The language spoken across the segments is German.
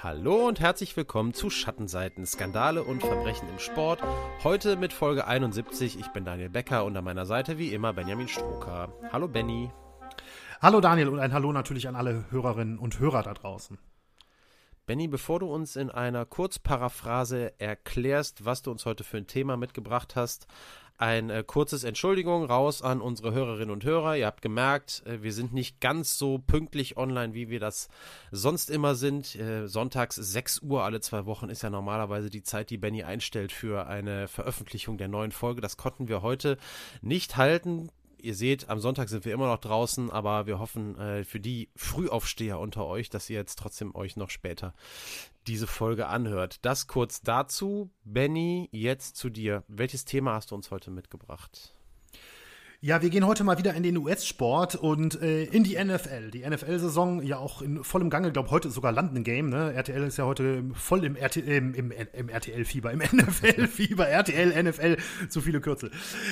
Hallo und herzlich willkommen zu Schattenseiten, Skandale und Verbrechen im Sport. Heute mit Folge 71. Ich bin Daniel Becker und an meiner Seite wie immer Benjamin Stroker. Hallo Benny. Hallo Daniel und ein Hallo natürlich an alle Hörerinnen und Hörer da draußen. Benny, bevor du uns in einer Kurzparaphrase erklärst, was du uns heute für ein Thema mitgebracht hast, ein kurzes Entschuldigung raus an unsere Hörerinnen und Hörer. Ihr habt gemerkt, wir sind nicht ganz so pünktlich online, wie wir das sonst immer sind. Sonntags 6 Uhr alle 2 Wochen ist ja normalerweise die Zeit, die Benny einstellt für eine Veröffentlichung der neuen Folge. Das konnten wir heute nicht halten. Ihr seht, am Sonntag sind wir immer noch draußen, aber wir hoffen für die Frühaufsteher unter euch, dass ihr jetzt trotzdem euch noch später diese Folge anhört. Das kurz dazu. Benny, jetzt zu dir. Welches Thema hast du uns heute mitgebracht? Ja, wir gehen heute mal wieder in den US-Sport und in die NFL. Die NFL-Saison ja auch in vollem Gange. Ich glaube, heute ist sogar London Game. Ne? RTL ist ja heute voll im RTL-Fieber, im NFL-Fieber. RTL, NFL, zu viele Kürzel.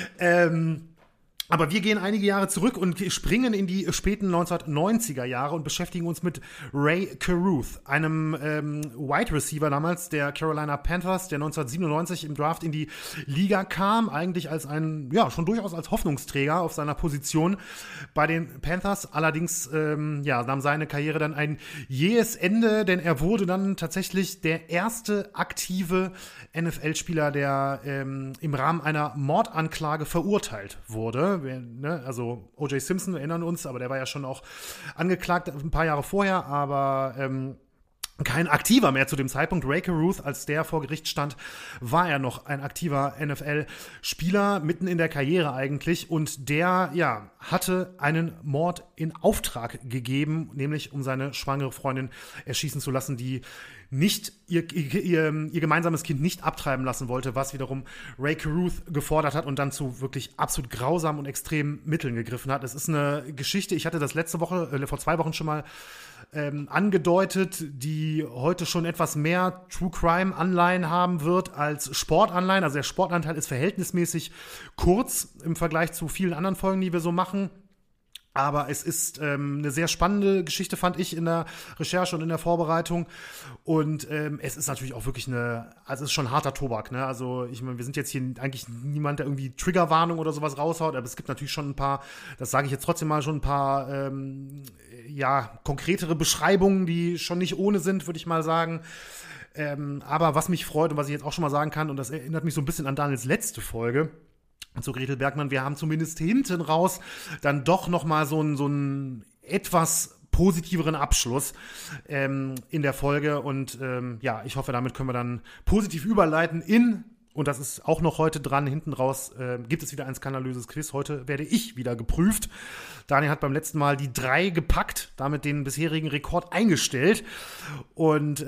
Aber wir gehen einige Jahre zurück und springen in die späten 1990er Jahre und beschäftigen uns mit Ray Caruth, einem Wide Receiver damals der Carolina Panthers, der 1997 im Draft in die Liga kam, eigentlich als schon durchaus als Hoffnungsträger auf seiner Position bei den Panthers. Allerdings nahm seine Karriere dann ein jähes Ende, denn er wurde dann tatsächlich der erste aktive NFL-Spieler, der im Rahmen einer Mordanklage verurteilt wurde. Also O.J. Simpson, wir erinnern uns, aber der war ja schon auch angeklagt ein paar Jahre vorher, aber kein aktiver mehr zu dem Zeitpunkt. Ray Caruth, als der vor Gericht stand, war er noch ein aktiver NFL-Spieler, mitten in der Karriere eigentlich. Und der, hatte einen Mord in Auftrag gegeben, nämlich um seine schwangere Freundin erschießen zu lassen, die nicht ihr gemeinsames Kind nicht abtreiben lassen wollte, was wiederum Ray Caruth gefordert hat und dann zu wirklich absolut grausamen und extremen Mitteln gegriffen hat. Es ist eine Geschichte, ich hatte das vor 2 Wochen schon mal angedeutet, die heute schon etwas mehr True Crime Anleihen haben wird als Sportanleihen. Also der Sportanteil ist verhältnismäßig kurz im Vergleich zu vielen anderen Folgen, die wir so machen. Aber es ist eine sehr spannende Geschichte, fand ich in der Recherche und in der Vorbereitung. Und es ist natürlich auch wirklich es ist schon harter Tobak, ne? Also ich meine, wir sind jetzt hier eigentlich niemand, der irgendwie Triggerwarnung oder sowas raushaut, aber es gibt natürlich schon ein paar, das sage ich jetzt trotzdem mal, schon ein paar konkretere Beschreibungen, die schon nicht ohne sind, würde ich mal sagen. Aber was mich freut und was ich jetzt auch schon mal sagen kann, und das erinnert mich so ein bisschen an Daniels letzte Folge, zu Gretel Bergmann, wir haben zumindest hinten raus dann doch noch mal so einen etwas positiveren Abschluss in der Folge und ich hoffe, damit können wir dann positiv überleiten und das ist auch noch heute dran, hinten raus gibt es wieder ein skandalöses Quiz. Heute werde ich wieder geprüft. Daniel hat beim letzten Mal die 3 gepackt, damit den bisherigen Rekord eingestellt und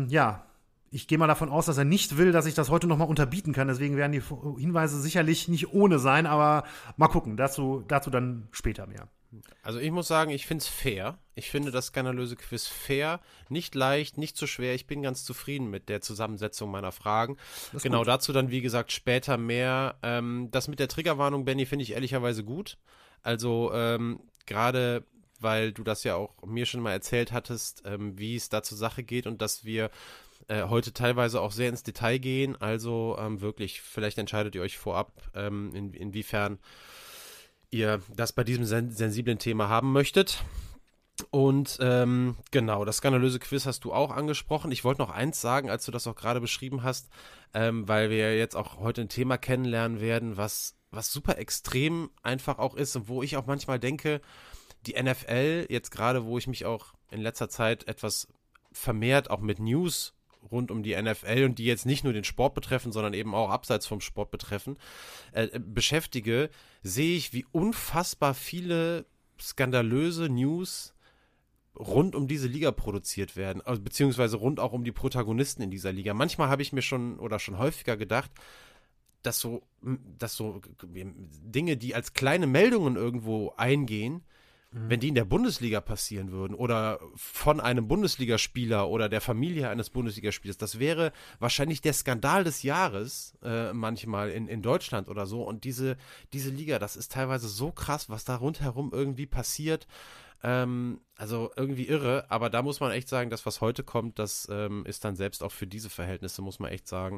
ich gehe mal davon aus, dass er nicht will, dass ich das heute nochmal unterbieten kann. Deswegen werden die Hinweise sicherlich nicht ohne sein, aber mal gucken. Dazu dann später mehr. Also ich muss sagen, ich finde es fair. Ich finde das skandalöse Quiz fair. Nicht leicht, nicht zu schwer. Ich bin ganz zufrieden mit der Zusammensetzung meiner Fragen. Genau, gut. Dazu dann, wie gesagt, später mehr. Das mit der Triggerwarnung, Benny, finde ich ehrlicherweise gut. Also gerade, weil du das ja auch mir schon mal erzählt hattest, wie es da zur Sache geht und dass wir heute teilweise auch sehr ins Detail gehen, also wirklich, vielleicht entscheidet ihr euch vorab, inwiefern ihr das bei diesem sensiblen Thema haben möchtet. Und genau, das skandalöse Quiz hast du auch angesprochen. Ich wollte noch eins sagen, als du das auch gerade beschrieben hast, weil wir jetzt auch heute ein Thema kennenlernen werden, was super extrem einfach auch ist und wo ich auch manchmal denke, die NFL, jetzt gerade, wo ich mich auch in letzter Zeit etwas vermehrt auch mit News rund um die NFL und die jetzt nicht nur den Sport betreffen, sondern eben auch abseits vom Sport betreffen, beschäftige, sehe ich, wie unfassbar viele skandalöse News rund um diese Liga produziert werden, also beziehungsweise rund auch um die Protagonisten in dieser Liga. Manchmal habe ich mir schon häufiger gedacht, dass so Dinge, die als kleine Meldungen irgendwo eingehen, wenn die in der Bundesliga passieren würden oder von einem Bundesligaspieler oder der Familie eines Bundesligaspielers, das wäre wahrscheinlich der Skandal des Jahres manchmal in Deutschland oder so. Und diese Liga, das ist teilweise so krass, was da rundherum irgendwie passiert. Also irgendwie irre, aber da muss man echt sagen, das, was heute kommt, das ist dann selbst auch für diese Verhältnisse, muss man echt sagen,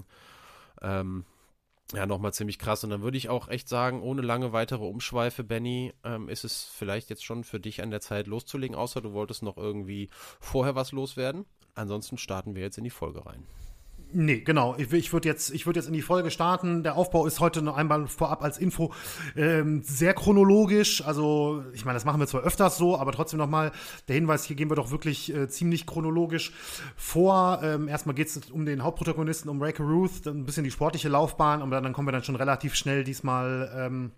ja, nochmal ziemlich krass. Und dann würde ich auch echt sagen, ohne lange weitere Umschweife, Benny, ist es vielleicht jetzt schon für dich an der Zeit loszulegen, außer du wolltest noch irgendwie vorher was loswerden. Ansonsten starten wir jetzt in die Folge rein. Nee, genau. Ich würde jetzt in die Folge starten. Der Aufbau ist heute noch einmal vorab als Info sehr chronologisch. Also, ich meine, das machen wir zwar öfters so, aber trotzdem nochmal der Hinweis, hier gehen wir doch wirklich ziemlich chronologisch vor. Erstmal geht es um den Hauptprotagonisten, um Ray Caruth, dann ein bisschen die sportliche Laufbahn und dann kommen wir dann schon relativ schnell diesmal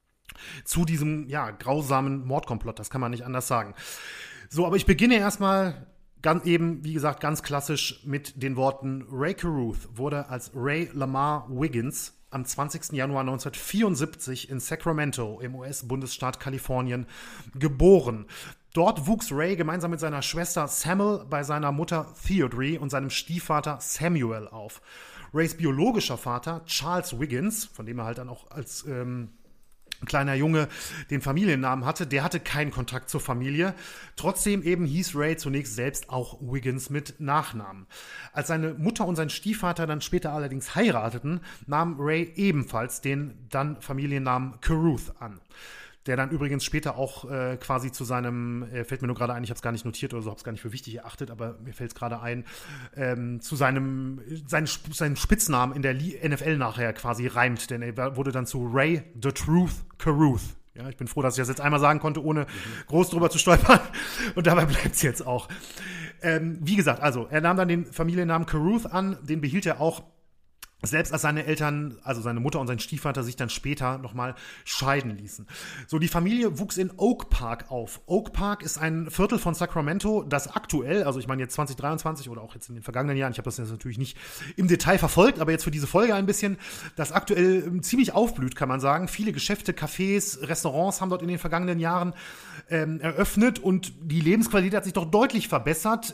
zu diesem, ja, grausamen Mordkomplott. Das kann man nicht anders sagen. So, aber ich beginne erstmal wie gesagt, ganz klassisch mit den Worten: Ray Caruth wurde als Ray Lamar Wiggins am 20. Januar 1974 in Sacramento im US-Bundesstaat Kalifornien geboren. Dort wuchs Ray gemeinsam mit seiner Schwester Samuel bei seiner Mutter Theodore und seinem Stiefvater Samuel auf. Rays biologischer Vater, Charles Wiggins, von dem er halt dann auch als kleiner Junge den Familiennamen hatte, der hatte keinen Kontakt zur Familie. Trotzdem eben hieß Ray zunächst selbst auch Wiggins mit Nachnamen. Als seine Mutter und sein Stiefvater dann später allerdings heirateten, nahm Ray ebenfalls den dann Familiennamen Caruth an. Der dann übrigens später auch quasi zu seinem, fällt mir nur gerade ein, ich habe es gar nicht notiert oder so, habe es gar nicht für wichtig erachtet, aber mir fällt es gerade ein, zu seinen Spitznamen in der NFL nachher quasi reimt, denn er wurde dann zu Ray the Truth Caruth. Ja, ich bin froh, dass ich das jetzt einmal sagen konnte, ohne groß drüber zu stolpern. Und dabei bleibt es jetzt auch. Wie gesagt, also er nahm dann den Familiennamen Caruth an, den behielt er auch, selbst als seine Eltern, also seine Mutter und sein Stiefvater, sich dann später nochmal scheiden ließen. So, die Familie wuchs in Oak Park auf. Oak Park ist ein Viertel von Sacramento, das aktuell, also ich meine jetzt 2023 oder auch jetzt in den vergangenen Jahren, ich habe das jetzt natürlich nicht im Detail verfolgt, aber jetzt für diese Folge ein bisschen, das aktuell ziemlich aufblüht, kann man sagen. Viele Geschäfte, Cafés, Restaurants haben dort in den vergangenen Jahren eröffnet und die Lebensqualität hat sich doch deutlich verbessert,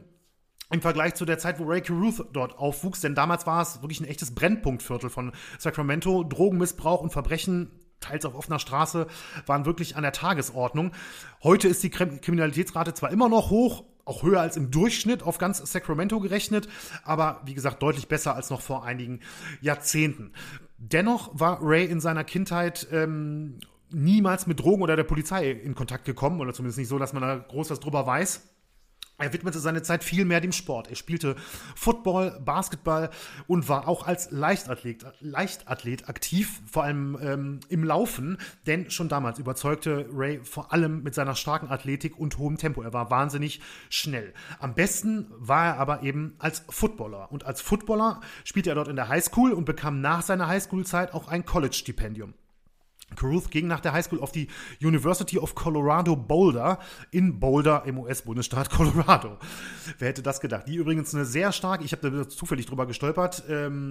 im Vergleich zu der Zeit, wo Ray Caruth dort aufwuchs, denn damals war es wirklich ein echtes Brennpunktviertel von Sacramento. Drogenmissbrauch und Verbrechen, teils auf offener Straße, waren wirklich an der Tagesordnung. Heute ist die Kriminalitätsrate zwar immer noch hoch, auch höher als im Durchschnitt auf ganz Sacramento gerechnet, aber wie gesagt deutlich besser als noch vor einigen Jahrzehnten. Dennoch war Ray in seiner Kindheit niemals mit Drogen oder der Polizei in Kontakt gekommen, oder zumindest nicht so, dass man da groß was drüber weiß. Er widmete seine Zeit viel mehr dem Sport. Er spielte Football, Basketball und war auch als Leichtathlet aktiv, vor allem im Laufen, denn schon damals überzeugte Ray vor allem mit seiner starken Athletik und hohem Tempo. Er war wahnsinnig schnell. Am besten war er aber eben als Footballer. Und als Footballer spielte er dort in der Highschool und bekam nach seiner Highschool-Zeit auch ein College-Stipendium. Caruth ging nach der Highschool auf die University of Colorado Boulder in Boulder im US-Bundesstaat Colorado. Wer hätte das gedacht? Die übrigens eine sehr starke, ich habe da zufällig drüber gestolpert,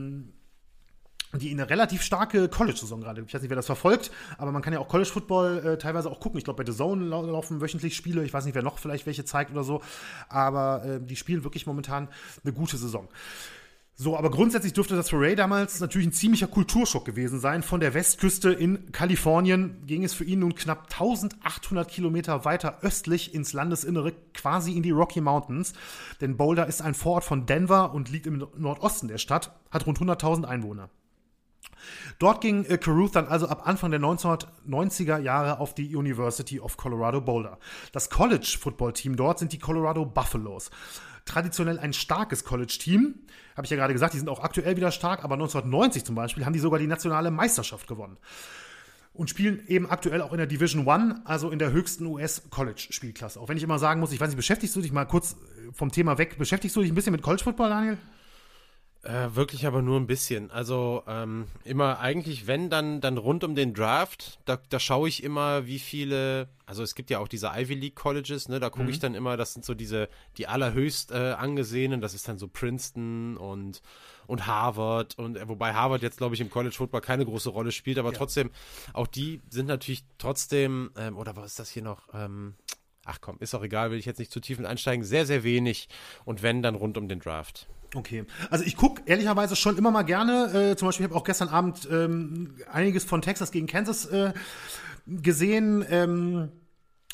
die eine relativ starke College-Saison gerade. Ich weiß nicht, wer das verfolgt, aber man kann ja auch College-Football teilweise auch gucken. Ich glaube, bei The Zone laufen wöchentlich Spiele. Ich weiß nicht, wer noch vielleicht welche zeigt oder so. Aber die spielen wirklich momentan eine gute Saison. So, aber grundsätzlich dürfte das für Ray damals natürlich ein ziemlicher Kulturschock gewesen sein. Von der Westküste in Kalifornien ging es für ihn nun knapp 1800 Kilometer weiter östlich ins Landesinnere, quasi in die Rocky Mountains. Denn Boulder ist ein Vorort von Denver und liegt im Nordosten der Stadt, hat rund 100.000 Einwohner. Dort ging Caruth dann also ab Anfang der 1990er Jahre auf die University of Colorado Boulder. Das College-Football-Team dort sind die Colorado Buffaloes. Traditionell ein starkes College-Team, habe ich ja gerade gesagt, die sind auch aktuell wieder stark, aber 1990 zum Beispiel haben die sogar die nationale Meisterschaft gewonnen. Und spielen eben aktuell auch in der Division I, also in der höchsten US-College-Spielklasse. Auch wenn ich immer sagen muss, ich weiß nicht, beschäftigst du dich mal kurz vom Thema weg, beschäftigst du dich ein bisschen mit College-Football, Daniel? Wirklich aber nur ein bisschen. Also immer eigentlich, wenn, dann rund um den Draft, da schaue ich immer, wie viele, also es gibt ja auch diese Ivy League Colleges, ne, da gucke ich dann immer, das sind so die allerhöchst angesehenen, das ist dann so Princeton und Harvard und wobei Harvard jetzt, glaube ich, im College Football keine große Rolle spielt, aber trotzdem, auch die sind natürlich trotzdem, oder was ist das hier noch, ach komm, ist auch egal, will ich jetzt nicht zu tief mit einsteigen, sehr, sehr wenig und wenn, dann rund um den Draft. Okay, also ich gucke ehrlicherweise schon immer mal gerne, zum Beispiel, ich habe auch gestern Abend einiges von Texas gegen Kansas gesehen,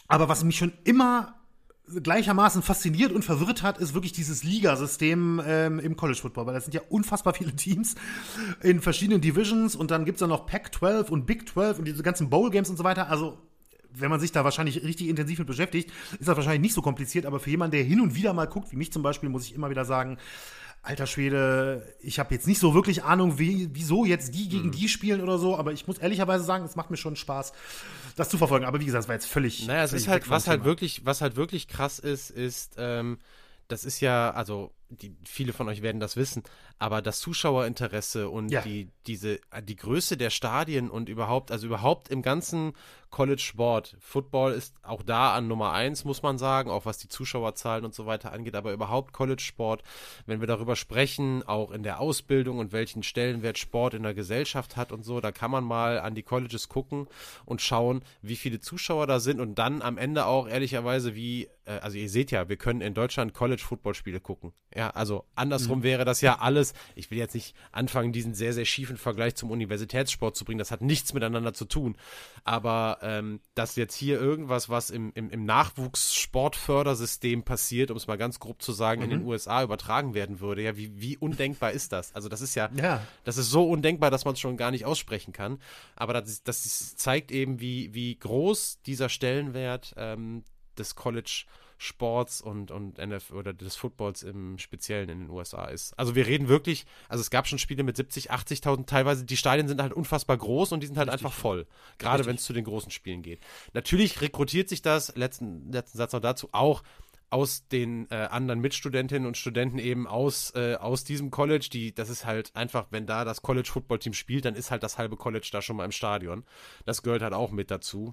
Aber was mich schon immer gleichermaßen fasziniert und verwirrt hat, ist wirklich dieses Ligasystem im College Football, weil das sind ja unfassbar viele Teams in verschiedenen Divisions und dann gibt's dann noch Pac-12 und Big 12 und diese ganzen Bowl-Games und so weiter. Also wenn man sich da wahrscheinlich richtig intensiv mit beschäftigt, ist das wahrscheinlich nicht so kompliziert, aber für jemanden, der hin und wieder mal guckt, wie mich zum Beispiel, muss ich immer wieder sagen, alter Schwede, ich habe jetzt nicht so wirklich Ahnung, wieso jetzt die gegen die spielen oder so, aber ich muss ehrlicherweise sagen, es macht mir schon Spaß, das zu verfolgen. Aber wie gesagt, es war jetzt völlig. Naja, es ist halt, was halt wirklich krass ist, das ist ja, also viele von euch werden das wissen, aber das Zuschauerinteresse und die Größe der Stadien und überhaupt im ganzen College-Sport, Football ist auch da an Nummer 1, muss man sagen, auch was die Zuschauerzahlen und so weiter angeht, aber überhaupt College-Sport, wenn wir darüber sprechen, auch in der Ausbildung und welchen Stellenwert Sport in der Gesellschaft hat und so, da kann man mal an die Colleges gucken und schauen, wie viele Zuschauer da sind und dann am Ende auch ehrlicherweise also ihr seht ja, wir können in Deutschland College-Football-Spiele gucken. Ja, also andersrum wäre das ja alles, ich will jetzt nicht anfangen, diesen sehr, sehr schiefen Vergleich zum Universitätssport zu bringen, das hat nichts miteinander zu tun, aber dass jetzt hier irgendwas, was im Nachwuchssportfördersystem passiert, um es mal ganz grob zu sagen, in den USA übertragen werden würde, ja, wie undenkbar ist das? Also das ist das ist so undenkbar, dass man es schon gar nicht aussprechen kann, aber das zeigt eben, wie groß dieser Stellenwert des College-Sports und NFL oder des Footballs im Speziellen in den USA ist. Also wir reden wirklich, also es gab schon Spiele mit 70, 80.000, teilweise die Stadien sind halt unfassbar groß und die sind halt einfach voll, gerade wenn es zu den großen Spielen geht. Natürlich rekrutiert sich das, letzten Satz noch dazu, auch aus den anderen Mitstudentinnen und Studenten eben aus diesem College, das ist halt einfach, wenn da das College-Football-Team spielt, dann ist halt das halbe College da schon mal im Stadion. Das gehört halt auch mit dazu.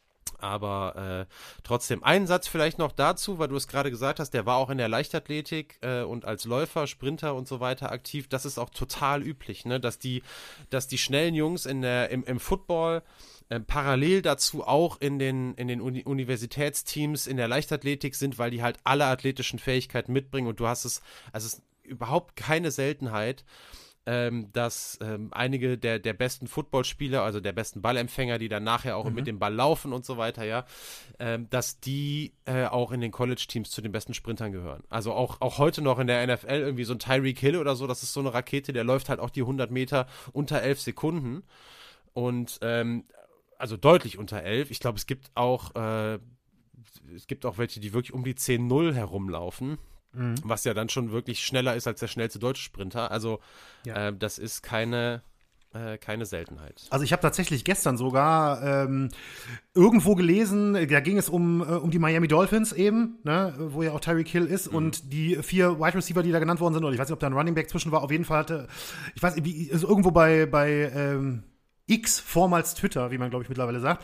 Aber trotzdem, einen Satz vielleicht noch dazu, weil du es gerade gesagt hast, der war auch in der Leichtathletik und als Läufer, Sprinter und so weiter aktiv. Das ist auch total üblich, ne? Dass die schnellen Jungs im Football parallel dazu auch in den Universitätsteams in der Leichtathletik sind, weil die halt alle athletischen Fähigkeiten mitbringen und es ist überhaupt keine Seltenheit, dass einige der besten Footballspieler, also der besten Ballempfänger, die dann nachher auch mit dem Ball laufen und so weiter, ja, dass die auch in den College-Teams zu den besten Sprintern gehören. Also auch heute noch in der NFL irgendwie so ein Tyreek Hill oder so, das ist so eine Rakete, der läuft halt auch die 100 Meter unter 11 Sekunden und also deutlich unter 11. Ich glaube, es gibt auch welche, die wirklich um die 10:0 herumlaufen. Was ja dann schon wirklich schneller ist als der schnellste deutsche Sprinter. Also das ist keine Seltenheit. Also ich habe tatsächlich gestern sogar irgendwo gelesen, da ging es um die Miami Dolphins eben, ne, wo ja auch Tyreek Hill ist und die 4 Wide Receiver, die da genannt worden sind, oder ich weiß nicht, ob da ein Running Back zwischen war, auf jeden Fall ich weiß nicht, also irgendwo bei X, vormals Twitter, wie man, glaube ich, mittlerweile sagt,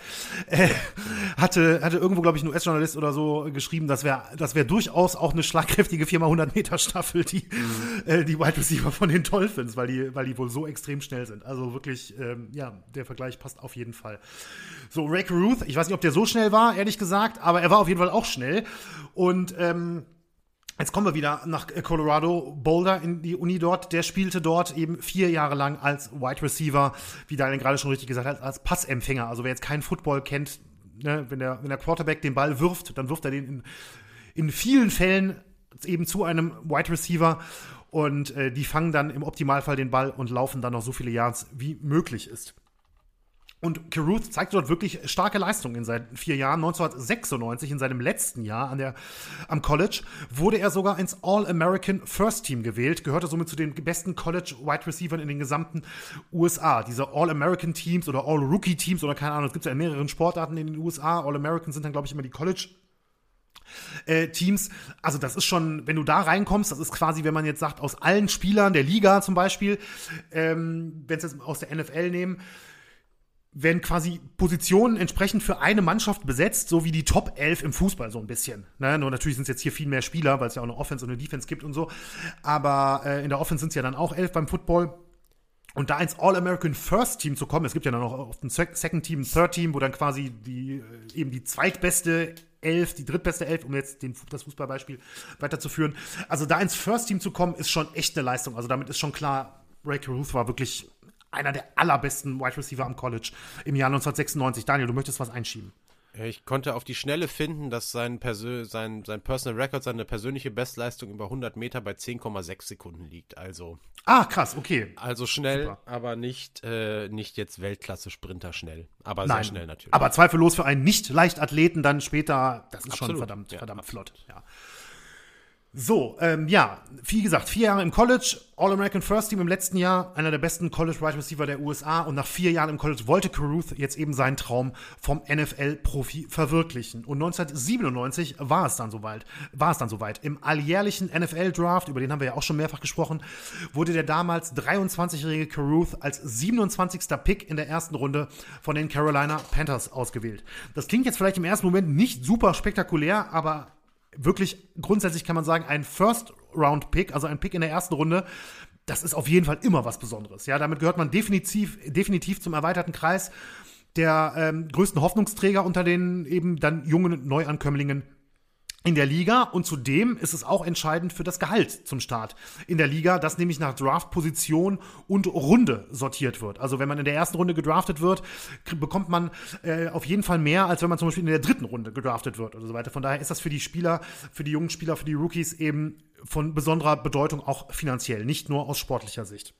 hatte irgendwo, glaube ich, ein US-Journalist oder so geschrieben, das wäre durchaus auch eine schlagkräftige 4x100-Meter-Staffel, die Wide Receiver von den Dolphins, weil die wohl so extrem schnell sind. Also wirklich, der Vergleich passt auf jeden Fall. So, Ray Caruth, ich weiß nicht, ob der so schnell war, ehrlich gesagt, aber er war auf jeden Fall auch schnell. Und jetzt kommen wir wieder nach Colorado Boulder in die Uni dort. Der spielte dort eben 4 Jahre lang als Wide Receiver, wie Daniel gerade schon richtig gesagt hat, als Passempfänger. Also wer jetzt keinen Football kennt, ne, wenn der Quarterback den Ball wirft, dann wirft er den in vielen Fällen eben zu einem Wide Receiver und die fangen dann im Optimalfall den Ball und laufen dann noch so viele Yards, wie möglich ist. Und Caruth zeigt dort wirklich starke Leistungen in seinen 4 Jahren. 1996, in seinem letzten Jahr am College, wurde er sogar ins All-American First Team gewählt, gehörte somit zu den besten College-Wide-Receivern in den gesamten USA. Diese All-American Teams oder All-Rookie-Teams oder keine Ahnung, es gibt ja in mehreren Sportarten in den USA. All-American sind dann, glaube ich, immer die College Teams, also das ist schon, wenn du da reinkommst, das ist quasi, wenn man jetzt sagt, aus allen Spielern der Liga zum Beispiel, wenn es jetzt aus der NFL nehmen, werden quasi Positionen entsprechend für eine Mannschaft besetzt, so wie die Top 11 im Fußball so ein bisschen. Ne? Nur natürlich sind es jetzt hier viel mehr Spieler, weil es ja auch eine Offense und eine Defense gibt und so. Aber in der Offense sind es ja dann auch 11 beim Football. Und da ins All-American First Team zu kommen, es gibt ja dann auch auf ein Second Team, Third Team, wo dann quasi eben die zweitbeste 11, die drittbeste 11, um jetzt das Fußballbeispiel weiterzuführen. Also da ins First Team zu kommen, ist schon echt eine Leistung. Also damit ist schon klar, Ray Caruth war wirklich einer der allerbesten Wide Receiver am College im Jahr 1996. Daniel, du möchtest was einschieben? Ich konnte auf die Schnelle finden, dass sein Personal Record, seine persönliche Bestleistung über 100 Meter bei 10,6 Sekunden liegt. Also Krass, okay. Also schnell, Super. aber nicht jetzt Weltklasse-Sprinter schnell. Aber Nein, sehr schnell natürlich. aber zweifellos für einen Nicht-Leichtathleten dann später, das ist Absolut. schon verdammt flott. Ja. So, wie gesagt, 4 Jahre im College, All-American First Team im letzten Jahr, einer der besten College-Wide Receiver der USA und nach 4 Jahren im College wollte Caruth jetzt eben seinen Traum vom NFL-Profi verwirklichen. Und 1997 war es dann soweit. Im alljährlichen NFL-Draft, über den haben wir ja auch schon mehrfach gesprochen, wurde der damals 23-jährige Caruth als 27. Pick in der ersten Runde von den Carolina Panthers ausgewählt. Das klingt jetzt vielleicht im ersten Moment nicht super spektakulär, aber wirklich, grundsätzlich kann man sagen, ein First-Round-Pick, also ein Pick in der ersten Runde, das ist auf jeden Fall immer was Besonderes. Ja, damit gehört man definitiv zum erweiterten Kreis der größten Hoffnungsträger unter den eben dann jungen Neuankömmlingen in der Liga. Und zudem ist es auch entscheidend für das Gehalt zum Start in der Liga, das nämlich nach Draft-Position und Runde sortiert wird. Also wenn man in der ersten Runde gedraftet wird, bekommt man auf jeden Fall mehr, als wenn man zum Beispiel in der dritten Runde gedraftet wird oder so weiter. Von daher ist das für die Spieler, für die jungen Spieler, für die Rookies eben von besonderer Bedeutung, auch finanziell, nicht nur aus sportlicher Sicht.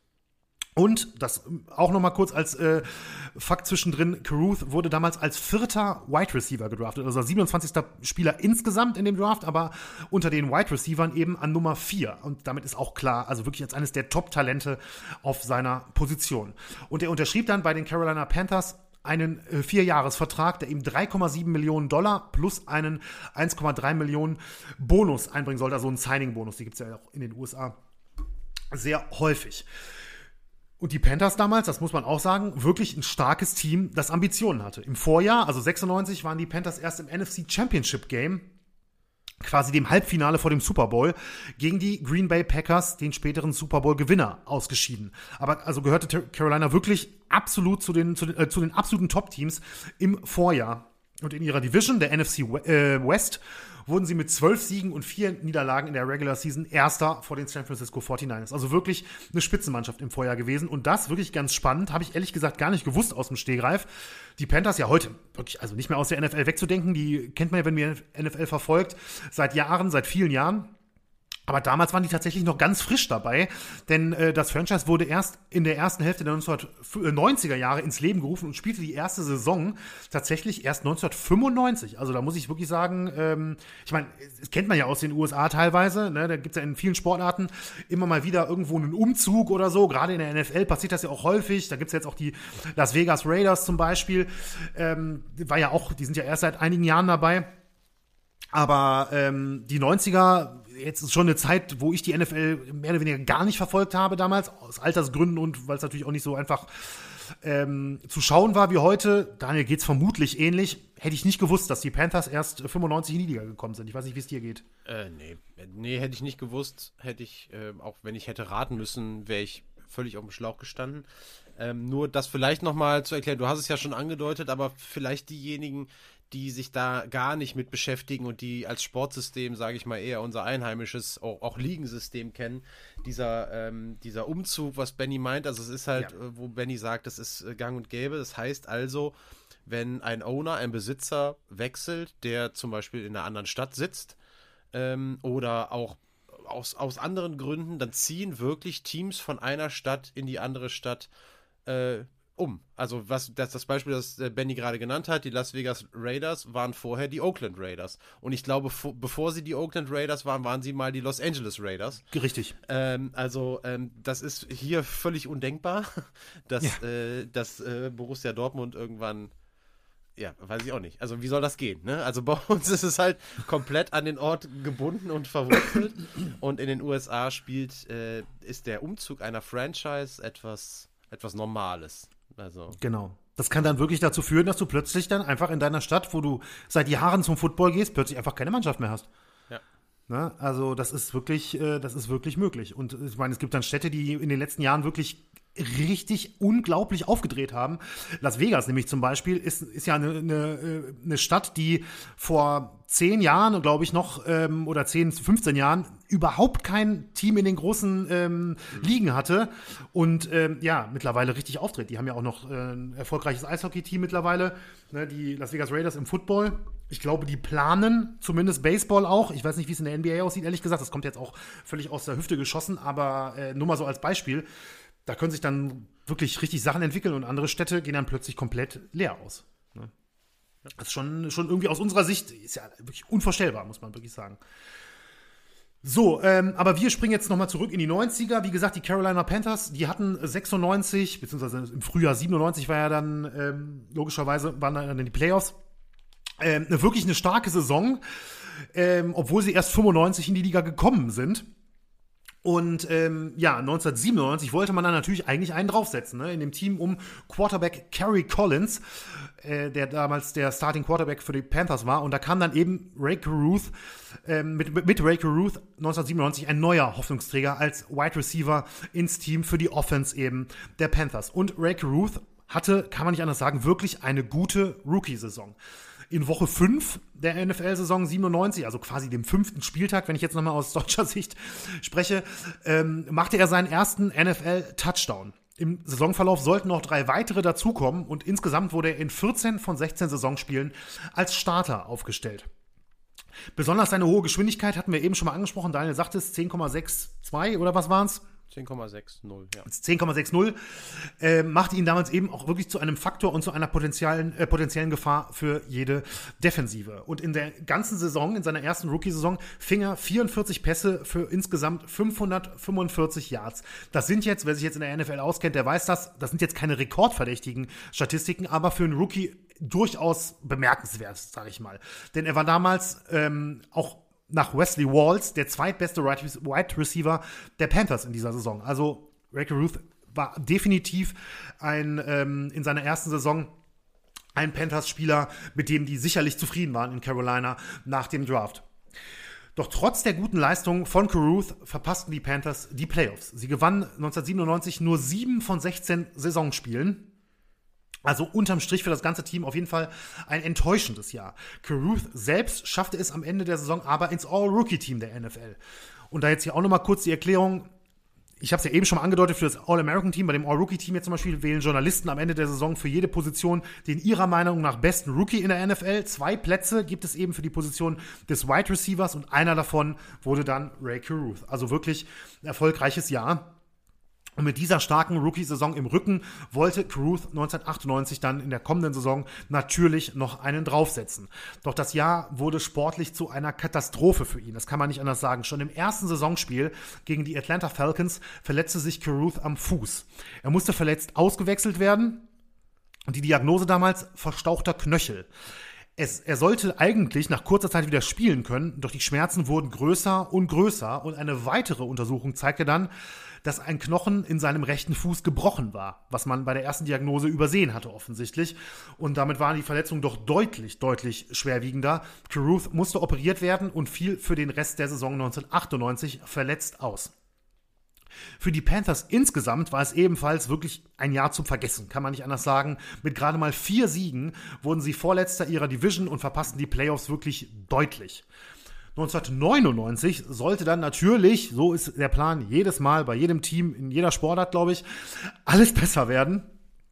Und das auch noch mal kurz als Fakt zwischendrin, Caruth wurde damals als 4. Wide Receiver gedraftet, also 27. Spieler insgesamt in dem Draft, aber unter den Wide Receivern eben an Nummer 4. Und damit ist auch klar, also wirklich als eines der Top-Talente auf seiner Position. Und er unterschrieb dann bei den Carolina Panthers einen 4-Jahres-Vertrag, der ihm $3,7 Millionen plus einen 1,3 Millionen Bonus einbringen sollte, also einen Signing-Bonus, die gibt es ja auch in den USA sehr häufig. Und die Panthers damals, das muss man auch sagen, wirklich ein starkes Team, das Ambitionen hatte. Im Vorjahr, also 96, waren die Panthers erst im NFC Championship Game, quasi dem Halbfinale vor dem Super Bowl, gegen die Green Bay Packers, den späteren Super Bowl-Gewinner, ausgeschieden. Aber also gehörte Carolina wirklich absolut zu den absoluten Top-Teams im Vorjahr. Und in ihrer Division, der NFC West, wurden sie mit 12 Siegen und 4 Niederlagen in der Regular Season Erster vor den San Francisco 49ers. Also wirklich eine Spitzenmannschaft im Vorjahr gewesen. Und das wirklich ganz spannend, habe ich ehrlich gesagt gar nicht gewusst aus dem Stegreif. Die Panthers ja heute wirklich, also nicht mehr aus der NFL wegzudenken, die kennt man ja, wenn man die NFL verfolgt, seit vielen Jahren. Aber damals waren die tatsächlich noch ganz frisch dabei, denn das Franchise wurde erst in der ersten Hälfte der 1990er Jahre ins Leben gerufen und spielte die erste Saison tatsächlich erst 1995. Also da muss ich wirklich sagen, ich meine, das kennt man ja aus den USA teilweise, ne? Da gibt es ja in vielen Sportarten immer mal wieder irgendwo einen Umzug oder so. Gerade in der NFL passiert das ja auch häufig. Da gibt es jetzt auch die Las Vegas Raiders zum Beispiel. Die sind ja erst seit einigen Jahren dabei. Aber die 90er, jetzt ist schon eine Zeit, wo ich die NFL mehr oder weniger gar nicht verfolgt habe damals, aus Altersgründen und weil es natürlich auch nicht so einfach zu schauen war wie heute. Daniel, geht's vermutlich ähnlich. Hätte ich nicht gewusst, dass die Panthers erst 95 in die Liga gekommen sind. Ich weiß nicht, wie es dir geht. Nee, hätte ich nicht gewusst. Hätte ich, auch wenn ich hätte raten müssen, wäre ich völlig auf dem Schlauch gestanden. Nur das vielleicht nochmal zu erklären, du hast es ja schon angedeutet, aber vielleicht diejenigen, die sich da gar nicht mit beschäftigen und die als Sportsystem, sage ich mal, eher unser einheimisches, auch Ligensystem kennen, dieser Umzug, was Benny meint, also es ist halt, wo Benny sagt, das ist gang und gäbe, das heißt also, wenn ein Owner, ein Besitzer wechselt, der zum Beispiel in einer anderen Stadt sitzt oder auch aus anderen Gründen, dann ziehen wirklich Teams von einer Stadt in die andere Stadt Also das Beispiel, das Benny gerade genannt hat, die Las Vegas Raiders waren vorher die Oakland Raiders. Und ich glaube, bevor sie die Oakland Raiders waren sie mal die Los Angeles Raiders. Richtig. Das ist hier völlig undenkbar, dass Borussia Dortmund irgendwann, ja, weiß ich auch nicht. Also wie soll das gehen? Ne? Also bei uns ist es halt komplett an den Ort gebunden und verwurzelt. Und in den USA ist der Umzug einer Franchise etwas Normales. Also. Genau. Das kann dann wirklich dazu führen, dass du plötzlich dann einfach in deiner Stadt, wo du seit Jahren zum Football gehst, plötzlich einfach keine Mannschaft mehr hast. Ja. Ne? Also das ist wirklich möglich. Und ich meine, es gibt dann Städte, die in den letzten Jahren wirklich richtig unglaublich aufgedreht haben. Las Vegas nämlich zum Beispiel ist ja eine Stadt, die vor 10 Jahren, glaube ich noch, oder 10, 15 Jahren überhaupt kein Team in den großen Ligen hatte und mittlerweile richtig auftritt. Die haben ja auch noch ein erfolgreiches Eishockey-Team mittlerweile, ne, die Las Vegas Raiders im Football. Ich glaube, die planen zumindest Baseball auch. Ich weiß nicht, wie es in der NBA aussieht, ehrlich gesagt. Das kommt jetzt auch völlig aus der Hüfte geschossen, aber nur mal so als Beispiel. Da können sich dann wirklich richtig Sachen entwickeln und andere Städte gehen dann plötzlich komplett leer aus. Ne? Das ist schon irgendwie aus unserer Sicht ist ja wirklich unvorstellbar, muss man wirklich sagen. So, aber wir springen jetzt nochmal zurück in die 90er. Wie gesagt, die Carolina Panthers, die hatten 96, beziehungsweise im Frühjahr 97 war ja dann, logischerweise, waren dann die Playoffs. Wirklich eine starke Saison, obwohl sie erst 95 in die Liga gekommen sind. Und 1997 wollte man dann natürlich eigentlich einen draufsetzen, ne? In dem Team um Quarterback Kerry Collins, der damals der Starting Quarterback für die Panthers war. Und da kam dann eben Ray Caruth, mit Ray Caruth 1997 ein neuer Hoffnungsträger als Wide Receiver ins Team für die Offense eben der Panthers. Und Ray Caruth hatte, kann man nicht anders sagen, wirklich eine gute Rookie-Saison. In Woche 5 der NFL-Saison 97, also quasi dem 5. Spieltag, wenn ich jetzt nochmal aus deutscher Sicht spreche, machte er seinen ersten NFL-Touchdown. Im Saisonverlauf sollten noch 3 weitere dazukommen und insgesamt wurde er in 14 von 16 Saisonspielen als Starter aufgestellt. Besonders seine hohe Geschwindigkeit hatten wir eben schon mal angesprochen. Daniel sagte es, 10,62 oder was waren es? 10,60, ja. 10,60 machte ihn damals eben auch wirklich zu einem Faktor und zu einer potenziellen Gefahr für jede Defensive. Und in der ganzen Saison, in seiner ersten Rookie-Saison, fing er 44 Pässe für insgesamt 545 Yards. Das sind jetzt, wer sich jetzt in der NFL auskennt, der weiß das sind jetzt keine rekordverdächtigen Statistiken, aber für einen Rookie durchaus bemerkenswert, sage ich mal. Denn er war damals auch nach Wesley Walls der zweitbeste Wide Receiver der Panthers in dieser Saison. Also Ray Caruth war definitiv in seiner ersten Saison ein Panthers-Spieler, mit dem die sicherlich zufrieden waren in Carolina nach dem Draft. Doch trotz der guten Leistung von Caruth verpassten die Panthers die Playoffs. Sie gewannen 1997 nur 7 von 16 Saisonspielen. Also unterm Strich für das ganze Team auf jeden Fall ein enttäuschendes Jahr. Caruth selbst schaffte es am Ende der Saison aber ins All-Rookie-Team der NFL. Und da jetzt hier auch nochmal kurz die Erklärung. Ich habe es ja eben schon mal angedeutet, für das All-American-Team, bei dem All-Rookie-Team jetzt zum Beispiel, wählen Journalisten am Ende der Saison für jede Position den ihrer Meinung nach besten Rookie in der NFL. 2 Plätze gibt es eben für die Position des Wide Receivers und einer davon wurde dann Ray Caruth. Also wirklich ein erfolgreiches Jahr. Und mit dieser starken Rookie-Saison im Rücken wollte Caruth 1998 dann in der kommenden Saison natürlich noch einen draufsetzen. Doch das Jahr wurde sportlich zu einer Katastrophe für ihn. Das kann man nicht anders sagen. Schon im ersten Saisonspiel gegen die Atlanta Falcons verletzte sich Caruth am Fuß. Er musste verletzt ausgewechselt werden. Und die Diagnose damals: verstauchter Knöchel. Er sollte eigentlich nach kurzer Zeit wieder spielen können, doch die Schmerzen wurden größer und größer und eine weitere Untersuchung zeigte dann, dass ein Knochen in seinem rechten Fuß gebrochen war, was man bei der ersten Diagnose übersehen hatte offensichtlich. Und damit waren die Verletzungen doch deutlich, deutlich schwerwiegender. Caruth musste operiert werden und fiel für den Rest der Saison 1998 verletzt aus. Für die Panthers insgesamt war es ebenfalls wirklich ein Jahr zum Vergessen, kann man nicht anders sagen. Mit gerade mal 4 Siegen wurden sie Vorletzter ihrer Division und verpassten die Playoffs wirklich deutlich. 1999 sollte dann natürlich, so ist der Plan jedes Mal, bei jedem Team, in jeder Sportart, glaube ich, alles besser werden.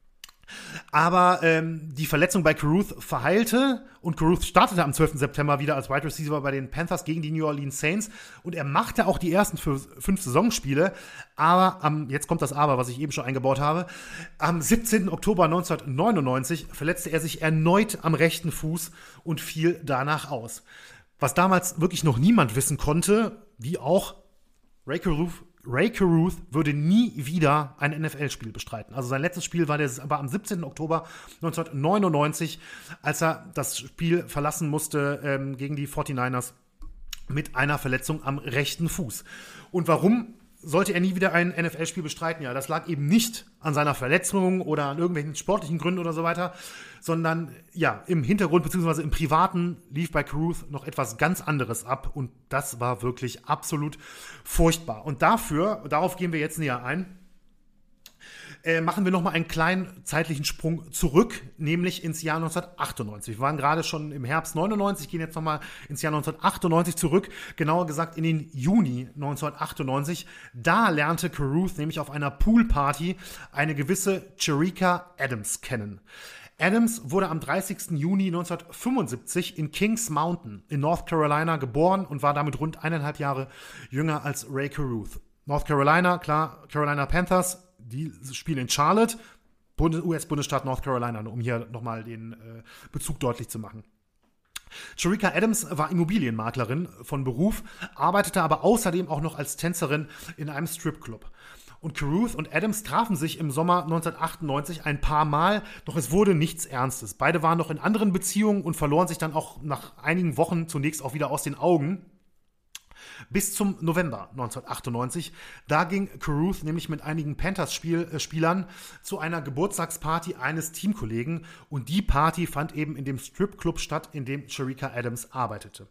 Aber die Verletzung bei Caruth verheilte und Caruth startete am 12. September wieder als Wide Receiver bei den Panthers gegen die New Orleans Saints und er machte auch die ersten 5 Saisonspiele, aber jetzt kommt das Aber, was ich eben schon eingebaut habe, am 17. Oktober 1999 verletzte er sich erneut am rechten Fuß und fiel danach aus. Was damals wirklich noch niemand wissen konnte, wie auch Ray Caruth würde nie wieder ein NFL-Spiel bestreiten. Also sein letztes Spiel war am 17. Oktober 1999, als er das Spiel verlassen musste gegen die 49ers mit einer Verletzung am rechten Fuß. Und warum sollte er nie wieder ein NFL-Spiel bestreiten. Ja, das lag eben nicht an seiner Verletzung oder an irgendwelchen sportlichen Gründen oder so weiter, sondern ja, im Hintergrund bzw. im Privaten lief bei Caruth noch etwas ganz anderes ab und das war wirklich absolut furchtbar. Und darauf gehen wir jetzt näher ein, machen wir nochmal einen kleinen zeitlichen Sprung zurück, nämlich ins Jahr 1998. Wir waren gerade schon im Herbst 99, gehen jetzt nochmal ins Jahr 1998 zurück, genauer gesagt in den Juni 1998. Da lernte Caruth nämlich auf einer Poolparty eine gewisse Cherika Adams kennen. Adams wurde am 30. Juni 1975 in Kings Mountain in North Carolina geboren und war damit rund 1,5 Jahre jünger als Ray Caruth. North Carolina, klar, Carolina Panthers, die spielen in Charlotte, US-Bundesstaat North Carolina, um hier nochmal den Bezug deutlich zu machen. Cherika Adams war Immobilienmaklerin von Beruf, arbeitete aber außerdem auch noch als Tänzerin in einem Stripclub. Und Caruth und Adams trafen sich im Sommer 1998 ein paar Mal, doch es wurde nichts Ernstes. Beide waren noch in anderen Beziehungen und verloren sich dann auch nach einigen Wochen zunächst auch wieder aus den Augen. Bis zum November 1998. Da ging Caruth nämlich mit einigen Panthers-Spielern zu einer Geburtstagsparty eines Teamkollegen und die Party fand eben in dem Stripclub statt, in dem Cherika Adams arbeitete.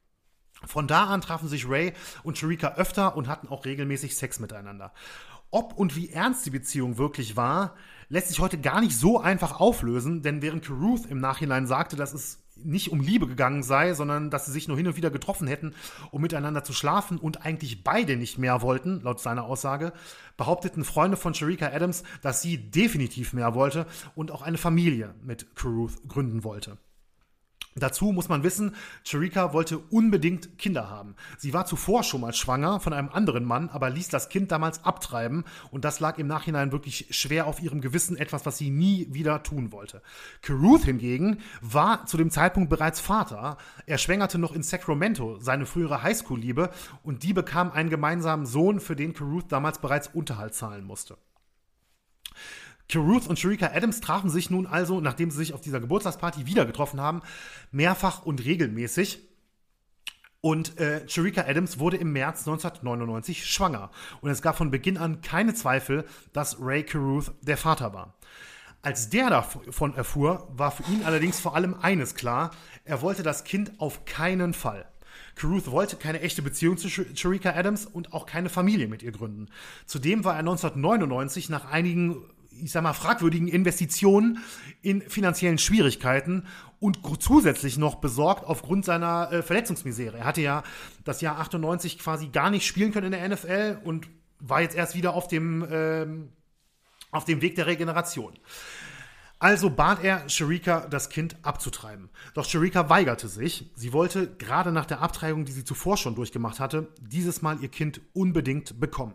Von da an trafen sich Ray und Cherika öfter und hatten auch regelmäßig Sex miteinander. Ob und wie ernst die Beziehung wirklich war, lässt sich heute gar nicht so einfach auflösen, denn während Caruth im Nachhinein sagte, dass es nicht um Liebe gegangen sei, sondern dass sie sich nur hin und wieder getroffen hätten, um miteinander zu schlafen und eigentlich beide nicht mehr wollten, laut seiner Aussage, behaupteten Freunde von Cherika Adams, dass sie definitiv mehr wollte und auch eine Familie mit Caruth gründen wollte. Dazu muss man wissen, Cherika wollte unbedingt Kinder haben. Sie war zuvor schon mal schwanger von einem anderen Mann, aber ließ das Kind damals abtreiben und das lag im Nachhinein wirklich schwer auf ihrem Gewissen, etwas, was sie nie wieder tun wollte. Caruth hingegen war zu dem Zeitpunkt bereits Vater. Er schwängerte noch in Sacramento seine frühere Highschool-Liebe und die bekam einen gemeinsamen Sohn, für den Caruth damals bereits Unterhalt zahlen musste. Caruth und Cherika Adams trafen sich nun also, nachdem sie sich auf dieser Geburtstagsparty wieder getroffen haben, mehrfach und regelmäßig. Und Cherika Adams wurde im März 1999 schwanger. Und es gab von Beginn an keine Zweifel, dass Ray Caruth der Vater war. Als der davon erfuhr, war für ihn allerdings vor allem eines klar: Er wollte das Kind auf keinen Fall. Caruth wollte keine echte Beziehung zu Cherika Adams und auch keine Familie mit ihr gründen. Zudem war er 1999 nach einigen fragwürdigen Investitionen in finanziellen Schwierigkeiten und zusätzlich noch besorgt aufgrund seiner Verletzungsmisere. Er hatte ja das Jahr 98 quasi gar nicht spielen können in der NFL und war jetzt erst wieder auf dem Weg der Regeneration. Also bat er Cherika, das Kind abzutreiben. Doch Cherika weigerte sich. Sie wollte, gerade nach der Abtreibung, die sie zuvor schon durchgemacht hatte, dieses Mal ihr Kind unbedingt bekommen.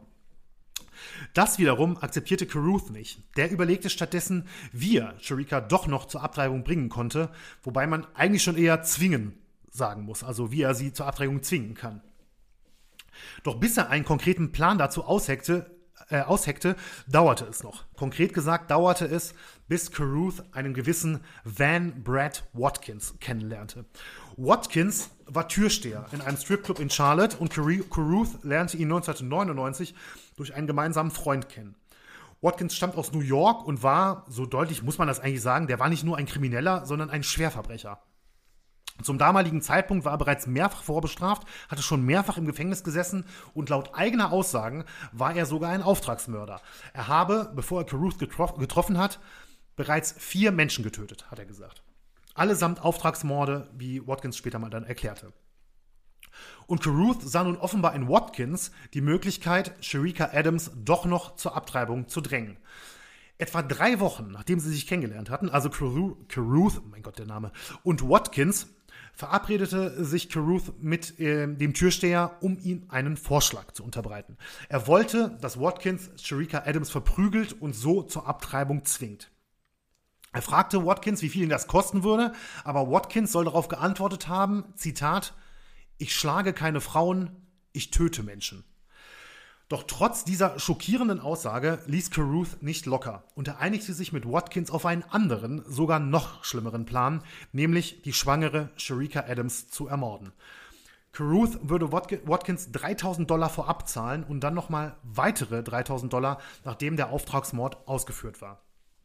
Das wiederum akzeptierte Caruth nicht. Der überlegte stattdessen, wie er Cherika doch noch zur Abtreibung bringen konnte, wobei man eigentlich schon eher zwingen sagen muss, also wie er sie zur Abtreibung zwingen kann. Doch bis er einen konkreten Plan dazu ausheckte, dauerte es noch. Konkret gesagt dauerte es, bis Caruth einen gewissen Van Brad Watkins kennenlernte. Watkins war Türsteher in einem Stripclub in Charlotte und Caruth lernte ihn 1999 durch einen gemeinsamen Freund kennen. Watkins stammt aus New York und war, so deutlich muss man das eigentlich sagen, der war nicht nur ein Krimineller, sondern ein Schwerverbrecher. Zum damaligen Zeitpunkt war er bereits mehrfach vorbestraft, hatte schon mehrfach im Gefängnis gesessen und laut eigener Aussagen war er sogar ein Auftragsmörder. Er habe, bevor er Caruth getroffen hat, bereits 4 Menschen getötet, hat er gesagt. Allesamt Auftragsmorde, wie Watkins später mal dann erklärte. Und Caruth sah nun offenbar in Watkins die Möglichkeit, Cherika Adams doch noch zur Abtreibung zu drängen. Etwa 3 Wochen, nachdem sie sich kennengelernt hatten, also Caruth, mein Gott, der Name, und Watkins, verabredete sich Caruth mit dem Türsteher, um ihm einen Vorschlag zu unterbreiten. Er wollte, dass Watkins Cherika Adams verprügelt und so zur Abtreibung zwingt. Er fragte Watkins, wie viel ihn das kosten würde, aber Watkins soll darauf geantwortet haben, Zitat, ich schlage keine Frauen, ich töte Menschen. Doch trotz dieser schockierenden Aussage ließ Caruth nicht locker und er einigte sich mit Watkins auf einen anderen, sogar noch schlimmeren Plan, nämlich die schwangere Cherika Adams zu ermorden. Carruth würde Watkins $3.000 vorab zahlen und dann nochmal weitere $3.000, nachdem der Auftragsmord ausgeführt war.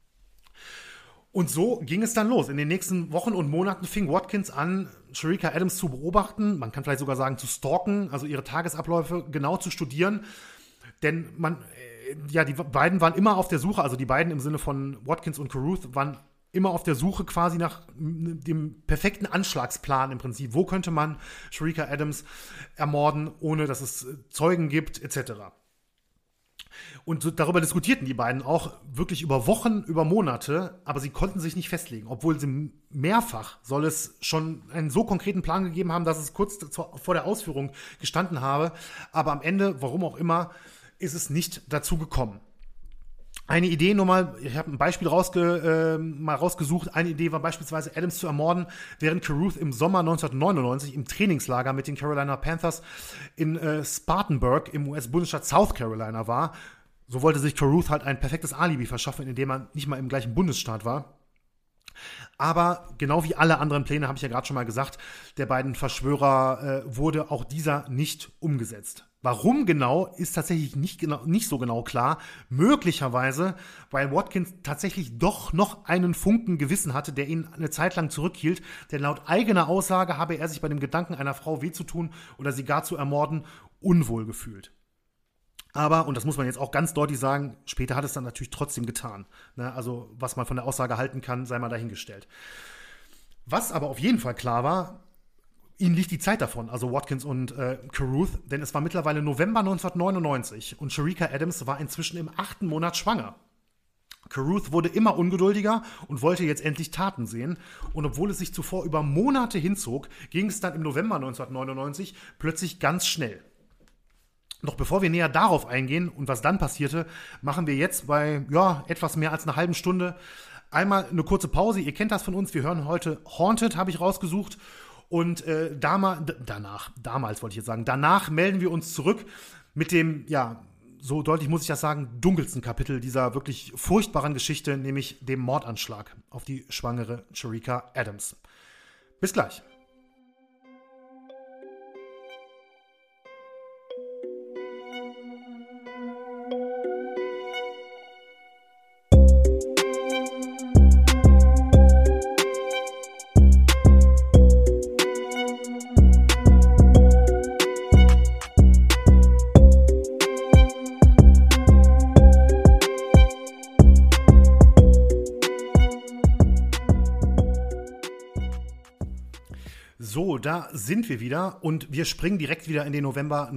Und so ging es dann los. In den nächsten Wochen und Monaten fing Watkins an, Shericka Adams zu beobachten, man kann vielleicht sogar sagen zu stalken, also ihre Tagesabläufe genau zu studieren. Denn die beiden waren immer auf der Suche, also die beiden im Sinne von Watkins und Carruth waren immer auf der Suche quasi nach dem perfekten Anschlagsplan im Prinzip. Wo könnte man Shericka Adams ermorden, ohne dass es Zeugen gibt, etc. Und so, darüber diskutierten die beiden auch wirklich über Wochen, über Monate, aber sie konnten sich nicht festlegen, obwohl sie mehrfach soll es schon einen so konkreten Plan gegeben haben, dass es kurz vor der Ausführung gestanden habe. Aber am Ende, warum auch immer, ist es nicht dazu gekommen. Eine Idee ich habe ein Beispiel mal rausgesucht. Eine Idee war beispielsweise, Adams zu ermorden, während Carruth im Sommer 1999 im Trainingslager mit den Carolina Panthers in Spartanburg im US-Bundesstaat South Carolina war. So wollte sich Carruth halt ein perfektes Alibi verschaffen, indem er nicht mal im gleichen Bundesstaat war. Aber genau wie alle anderen Pläne, habe ich ja gerade schon mal gesagt, der beiden Verschwörer wurde auch dieser nicht umgesetzt. Warum genau, ist tatsächlich nicht so genau klar. Möglicherweise, weil Watkins tatsächlich doch noch einen Funken Gewissen hatte, der ihn eine Zeit lang zurückhielt. Denn laut eigener Aussage habe er sich bei dem Gedanken, einer Frau weh zu tun oder sie gar zu ermorden, unwohl gefühlt. Aber, und das muss man jetzt auch ganz deutlich sagen, später hat es dann natürlich trotzdem getan. Also, was man von der Aussage halten kann, sei mal dahingestellt. Was aber auf jeden Fall klar war, ihnen liegt die Zeit davon, also Watkins und Carruth, denn es war mittlerweile November 1999 und Shericka Adams war inzwischen im 8. Monat schwanger. Carruth wurde immer ungeduldiger und wollte jetzt endlich Taten sehen. Und obwohl es sich zuvor über Monate hinzog, ging es dann im November 1999 plötzlich ganz schnell. Doch bevor wir näher darauf eingehen und was dann passierte, machen wir jetzt bei etwas mehr als einer halben Stunde einmal eine kurze Pause. Ihr kennt das von uns, wir hören heute Haunted, habe ich rausgesucht. Und danach melden wir uns zurück mit dem, so deutlich muss ich das sagen, dunkelsten Kapitel dieser wirklich furchtbaren Geschichte, nämlich dem Mordanschlag auf die schwangere Shericka Adams. Bis gleich. So, da sind wir wieder und wir springen direkt wieder in den November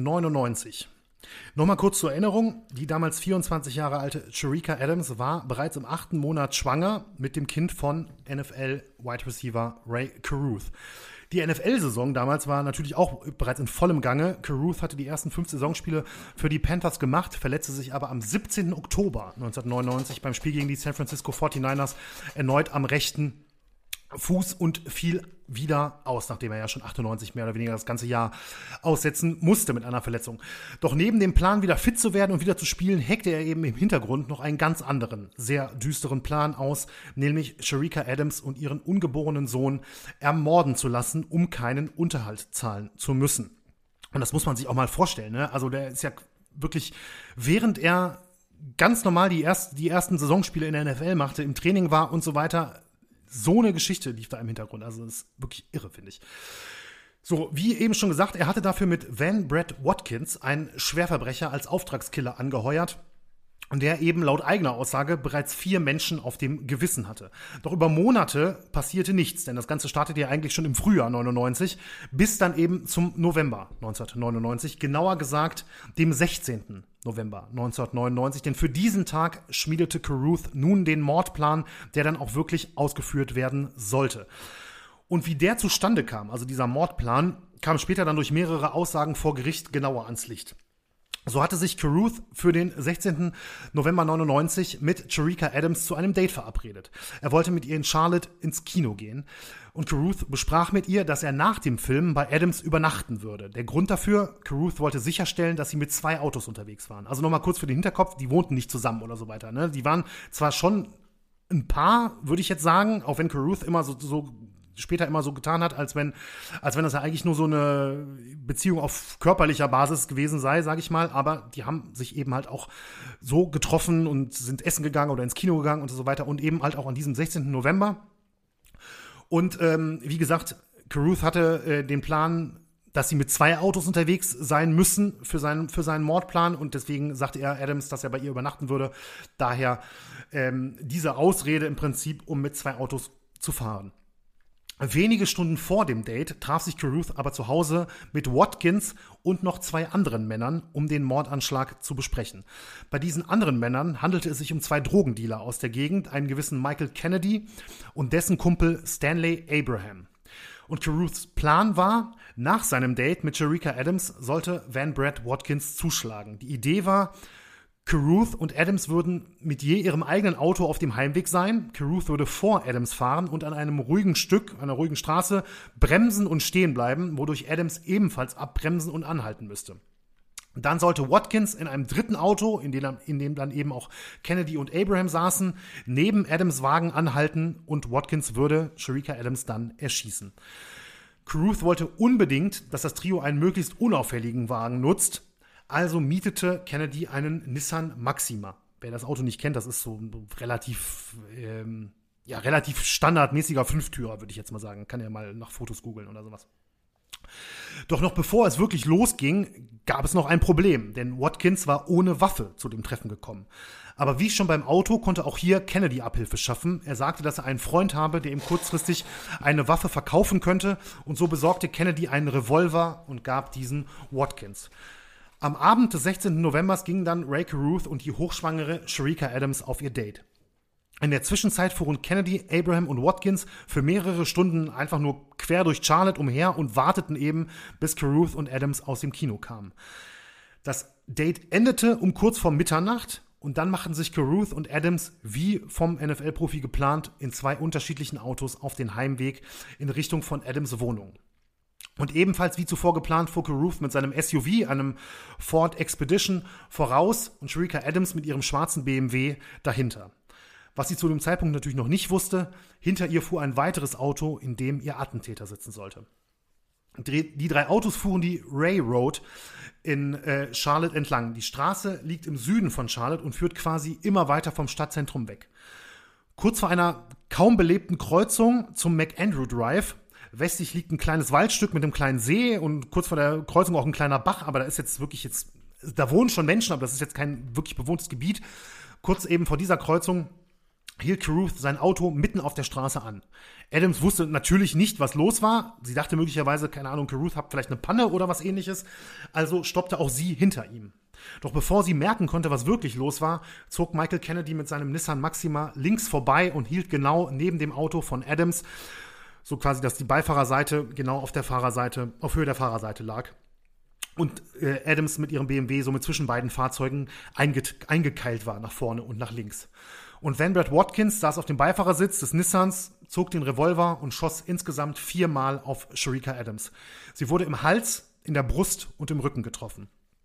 1999. Nochmal kurz zur Erinnerung, die damals 24 Jahre alte Shericka Adams war bereits im 8. Monat schwanger mit dem Kind von NFL-Wide Receiver Ray Carruth. Die NFL-Saison damals war natürlich auch bereits in vollem Gange. Carruth hatte die ersten 5 Saisonspiele für die Panthers gemacht, verletzte sich aber am 17. Oktober 1999 beim Spiel gegen die San Francisco 49ers erneut am rechten Fuß und fiel wieder aus, nachdem er ja schon 98 mehr oder weniger das ganze Jahr aussetzen musste mit einer Verletzung. Doch neben dem Plan, wieder fit zu werden und wieder zu spielen, heckte er eben im Hintergrund noch einen ganz anderen, sehr düsteren Plan aus, nämlich Shericka Adams und ihren ungeborenen Sohn ermorden zu lassen, um keinen Unterhalt zahlen zu müssen. Und das muss man sich auch mal vorstellen, ne? Also der ist ja wirklich, während er ganz normal die ersten Saisonspiele in der NFL machte, im Training war und so weiter, so eine Geschichte lief da im Hintergrund. Also das ist wirklich irre, finde ich. So, wie eben schon gesagt, er hatte dafür mit Van Brett Watkins, einen Schwerverbrecher, als Auftragskiller angeheuert. Und der eben laut eigener Aussage bereits 4 Menschen auf dem Gewissen hatte. Doch über Monate passierte nichts, denn das Ganze startete ja eigentlich schon im Frühjahr 99, bis dann eben zum November 1999, genauer gesagt dem 16. November 1999, denn für diesen Tag schmiedete Carruth nun den Mordplan, der dann auch wirklich ausgeführt werden sollte. Und wie der zustande kam, also dieser Mordplan, kam später dann durch mehrere Aussagen vor Gericht genauer ans Licht. So hatte sich Carruth für den 16. November 99 mit Shericka Adams zu einem Date verabredet. Er wollte mit ihr in Charlotte ins Kino gehen und Carruth besprach mit ihr, dass er nach dem Film bei Adams übernachten würde. Der Grund dafür, Carruth wollte sicherstellen, dass sie mit 2 Autos unterwegs waren. Also nochmal kurz für den Hinterkopf, die wohnten nicht zusammen oder so weiter, ne? Die waren zwar schon ein Paar, würde ich jetzt sagen, auch wenn Carruth immer so später immer so getan hat, als wenn das ja eigentlich nur so eine Beziehung auf körperlicher Basis gewesen sei, sage ich mal. Aber die haben sich eben halt auch so getroffen und sind essen gegangen oder ins Kino gegangen und so weiter. Und eben halt auch an diesem 16. November. Und wie gesagt, Carruth hatte den Plan, dass sie mit 2 Autos unterwegs sein müssen für seinen Mordplan. Und deswegen sagte er Adams, dass er bei ihr übernachten würde. Daher diese Ausrede im Prinzip, um mit 2 Autos zu fahren. Wenige Stunden vor dem Date traf sich Carruth aber zu Hause mit Watkins und noch 2 anderen Männern, um den Mordanschlag zu besprechen. Bei diesen anderen Männern handelte es sich um 2 Drogendealer aus der Gegend, einen gewissen Michael Kennedy und dessen Kumpel Stanley Abraham. Und Carruths Plan war, nach seinem Date mit Shericka Adams sollte Van Brad Watkins zuschlagen. Die Idee war, Carruth und Adams würden mit je ihrem eigenen Auto auf dem Heimweg sein. Carruth würde vor Adams fahren und an einem ruhigen Stück, einer ruhigen Straße, bremsen und stehen bleiben, wodurch Adams ebenfalls abbremsen und anhalten müsste. Dann sollte Watkins in einem dritten Auto, in dem dann eben auch Kennedy und Abraham saßen, neben Adams Wagen anhalten und Watkins würde Shericka Adams dann erschießen. Carruth wollte unbedingt, dass das Trio einen möglichst unauffälligen Wagen nutzt. Also mietete Kennedy einen Nissan Maxima. Wer das Auto nicht kennt, das ist so ein relativ standardmäßiger Fünftürer, würde ich jetzt mal sagen. Kann ja mal nach Fotos googeln oder sowas. Doch noch bevor es wirklich losging, gab es noch ein Problem, denn Watkins war ohne Waffe zu dem Treffen gekommen. Aber wie schon beim Auto konnte auch hier Kennedy Abhilfe schaffen. Er sagte, dass er einen Freund habe, der ihm kurzfristig eine Waffe verkaufen könnte, und so besorgte Kennedy einen Revolver und gab diesen Watkins. Am Abend des 16. Novembers gingen dann Ray Carruth und die hochschwangere Shericka Adams auf ihr Date. In der Zwischenzeit fuhren Kennedy, Abraham und Watkins für mehrere Stunden einfach nur quer durch Charlotte umher und warteten eben, bis Carruth und Adams aus dem Kino kamen. Das Date endete um kurz vor Mitternacht und dann machten sich Carruth und Adams, wie vom NFL-Profi geplant, in 2 unterschiedlichen Autos auf den Heimweg in Richtung von Adams Wohnung. Und ebenfalls wie zuvor geplant fuhr Carruth mit seinem SUV, einem Ford Expedition, voraus und Shericka Adams mit ihrem schwarzen BMW dahinter. Was sie zu dem Zeitpunkt natürlich noch nicht wusste, hinter ihr fuhr ein weiteres Auto, in dem ihr Attentäter sitzen sollte. Die 3 Autos fuhren die Ray Road in Charlotte entlang. Die Straße liegt im Süden von Charlotte und führt quasi immer weiter vom Stadtzentrum weg. Kurz vor einer kaum belebten Kreuzung zum McAndrew Drive westlich liegt ein kleines Waldstück mit einem kleinen See und kurz vor der Kreuzung auch ein kleiner Bach, aber da ist jetzt wirklich da wohnen schon Menschen, aber das ist jetzt kein wirklich bewohntes Gebiet. Kurz eben vor dieser Kreuzung hielt Carruth sein Auto mitten auf der Straße an. Adams wusste natürlich nicht, was los war. Sie dachte möglicherweise, keine Ahnung, Carruth hat vielleicht eine Panne oder was Ähnliches. Also stoppte auch sie hinter ihm. Doch bevor sie merken konnte, was wirklich los war, zog Michael Kennedy mit seinem Nissan Maxima links vorbei und hielt genau neben dem Auto von Adams, so quasi, dass die Beifahrerseite genau auf Höhe der Fahrerseite lag. Und Adams mit ihrem BMW somit zwischen beiden Fahrzeugen eingekeilt war, nach vorne und nach links. Und Van Brad Watkins saß auf dem Beifahrersitz des Nissans, zog den Revolver und schoss insgesamt 4 Mal auf Shericka Adams. Sie wurde im Hals, in der Brust und im Rücken getroffen.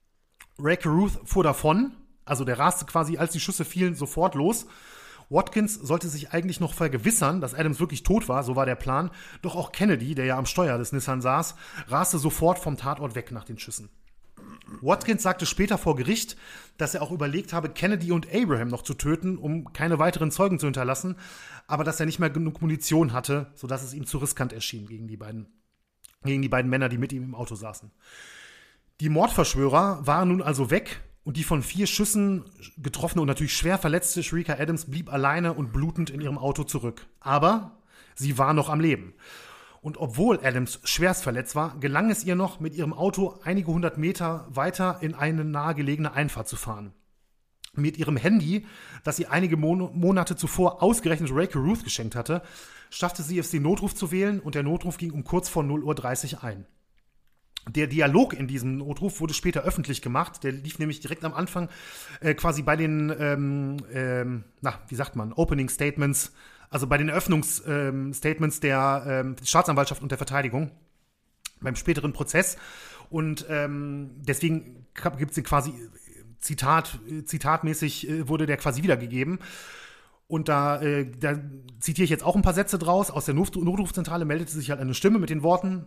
Ray Carruth fuhr davon, also der raste quasi, als die Schüsse fielen, sofort los. Watkins sollte sich eigentlich noch vergewissern, dass Adams wirklich tot war, so war der Plan. Doch auch Kennedy, der ja am Steuer des Nissan saß, raste sofort vom Tatort weg nach den Schüssen. Watkins sagte später vor Gericht, dass er auch überlegt habe, Kennedy und Abraham noch zu töten, um keine weiteren Zeugen zu hinterlassen, aber dass er nicht mehr genug Munition hatte, sodass es ihm zu riskant erschien gegen die beiden Männer, die mit ihm im Auto saßen. Die Mordverschwörer waren nun also weg und die von 4 Schüssen getroffene und natürlich schwer verletzte Shericka Adams blieb alleine und blutend in ihrem Auto zurück. Aber sie war noch am Leben. Und obwohl Adams schwerst verletzt war, gelang es ihr noch, mit ihrem Auto einige 100 Meter weiter in eine nahegelegene Einfahrt zu fahren. Mit ihrem Handy, das sie einige Monate zuvor ausgerechnet Ray Carruth geschenkt hatte, schaffte sie es, den Notruf zu wählen, und der Notruf ging um kurz vor 0:30 Uhr ein. Der Dialog in diesem Notruf wurde später öffentlich gemacht. Der lief nämlich direkt am Anfang quasi bei den, Opening Statements, also bei den Eröffnungsstatements der Staatsanwaltschaft und der Verteidigung beim späteren Prozess. Und deswegen gibt es den quasi zitatmäßig wurde der quasi wiedergegeben. Und da zitiere ich jetzt auch ein paar Sätze draus. Aus der Notrufzentrale meldete sich halt eine Stimme mit den Worten: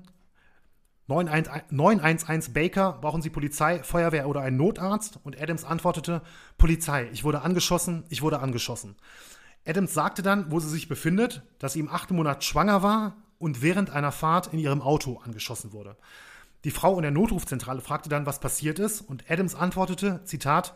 911 Baker, brauchen Sie Polizei, Feuerwehr oder einen Notarzt? Und Adams antwortete: Polizei, ich wurde angeschossen. Adams sagte dann, wo sie sich befindet, dass sie im 8. Monat schwanger war und während einer Fahrt in ihrem Auto angeschossen wurde. Die Frau in der Notrufzentrale fragte dann, was passiert ist, und Adams antwortete, Zitat: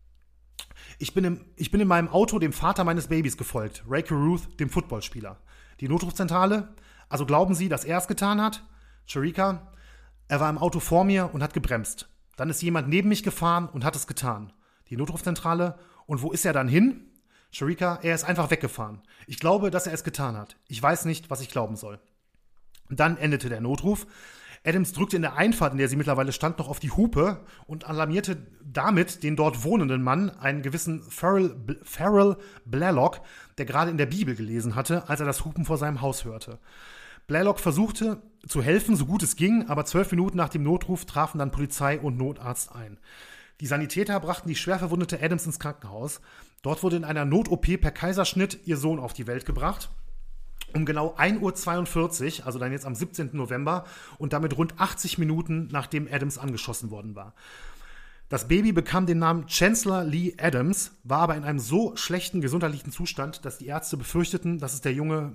Ich bin in meinem Auto dem Vater meines Babys gefolgt, Ray Caruth, dem Footballspieler. Die Notrufzentrale: Also glauben Sie, dass er es getan hat? Sherika: Er war im Auto vor mir und hat gebremst. Dann ist jemand neben mich gefahren und hat es getan. Die Notrufzentrale: Und wo ist er dann hin? Sherika: Er ist einfach weggefahren. Ich glaube, dass er es getan hat. Ich weiß nicht, was ich glauben soll. Dann endete der Notruf. Adams drückte in der Einfahrt, in der sie mittlerweile stand, noch auf die Hupe und alarmierte damit den dort wohnenden Mann, einen gewissen Farrell Blalock, der gerade in der Bibel gelesen hatte, als er das Hupen vor seinem Haus hörte. Blalock versuchte zu helfen, so gut es ging, aber 12 Minuten nach dem Notruf trafen dann Polizei und Notarzt ein. Die Sanitäter brachten die schwer verwundete Adams ins Krankenhaus. Dort wurde in einer Not-OP per Kaiserschnitt ihr Sohn auf die Welt gebracht. Um genau 1:42 Uhr, also dann jetzt am 17. November, und damit rund 80 Minuten, nachdem Adams angeschossen worden war. Das Baby bekam den Namen Chancellor Lee Adams, war aber in einem so schlechten gesundheitlichen Zustand, dass die Ärzte befürchteten, dass der Junge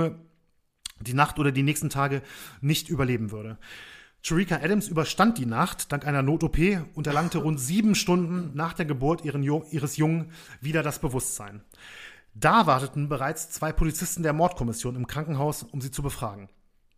die Nacht oder die nächsten Tage nicht überleben würde. Sherika Adams überstand die Nacht dank einer Not-OP und erlangte rund 7 Stunden nach der Geburt ihres Jungen wieder das Bewusstsein. Da warteten bereits 2 Polizisten der Mordkommission im Krankenhaus, um sie zu befragen.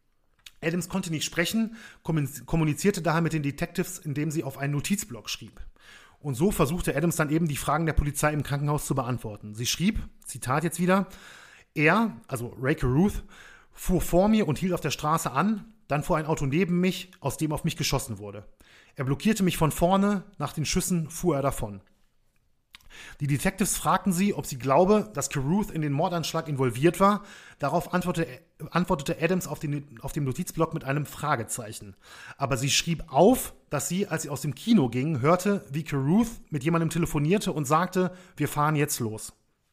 Adams konnte nicht sprechen, kommunizierte daher mit den Detectives, indem sie auf einen Notizblock schrieb. Und so versuchte Adams dann eben die Fragen der Polizei im Krankenhaus zu beantworten. Sie schrieb, Zitat jetzt wieder: Er, also Ray Caruth, fuhr vor mir und hielt auf der Straße an, dann fuhr ein Auto neben mich, aus dem auf mich geschossen wurde. Er blockierte mich von vorne, nach den Schüssen fuhr er davon. Die Detectives fragten sie, ob sie glaube, dass Caruth in den Mordanschlag involviert war. Darauf antwortete Adams auf dem Notizblock mit einem Fragezeichen. Aber sie schrieb auf, dass sie, als sie aus dem Kino ging, hörte, wie Caruth mit jemandem telefonierte und sagte, wir fahren jetzt los.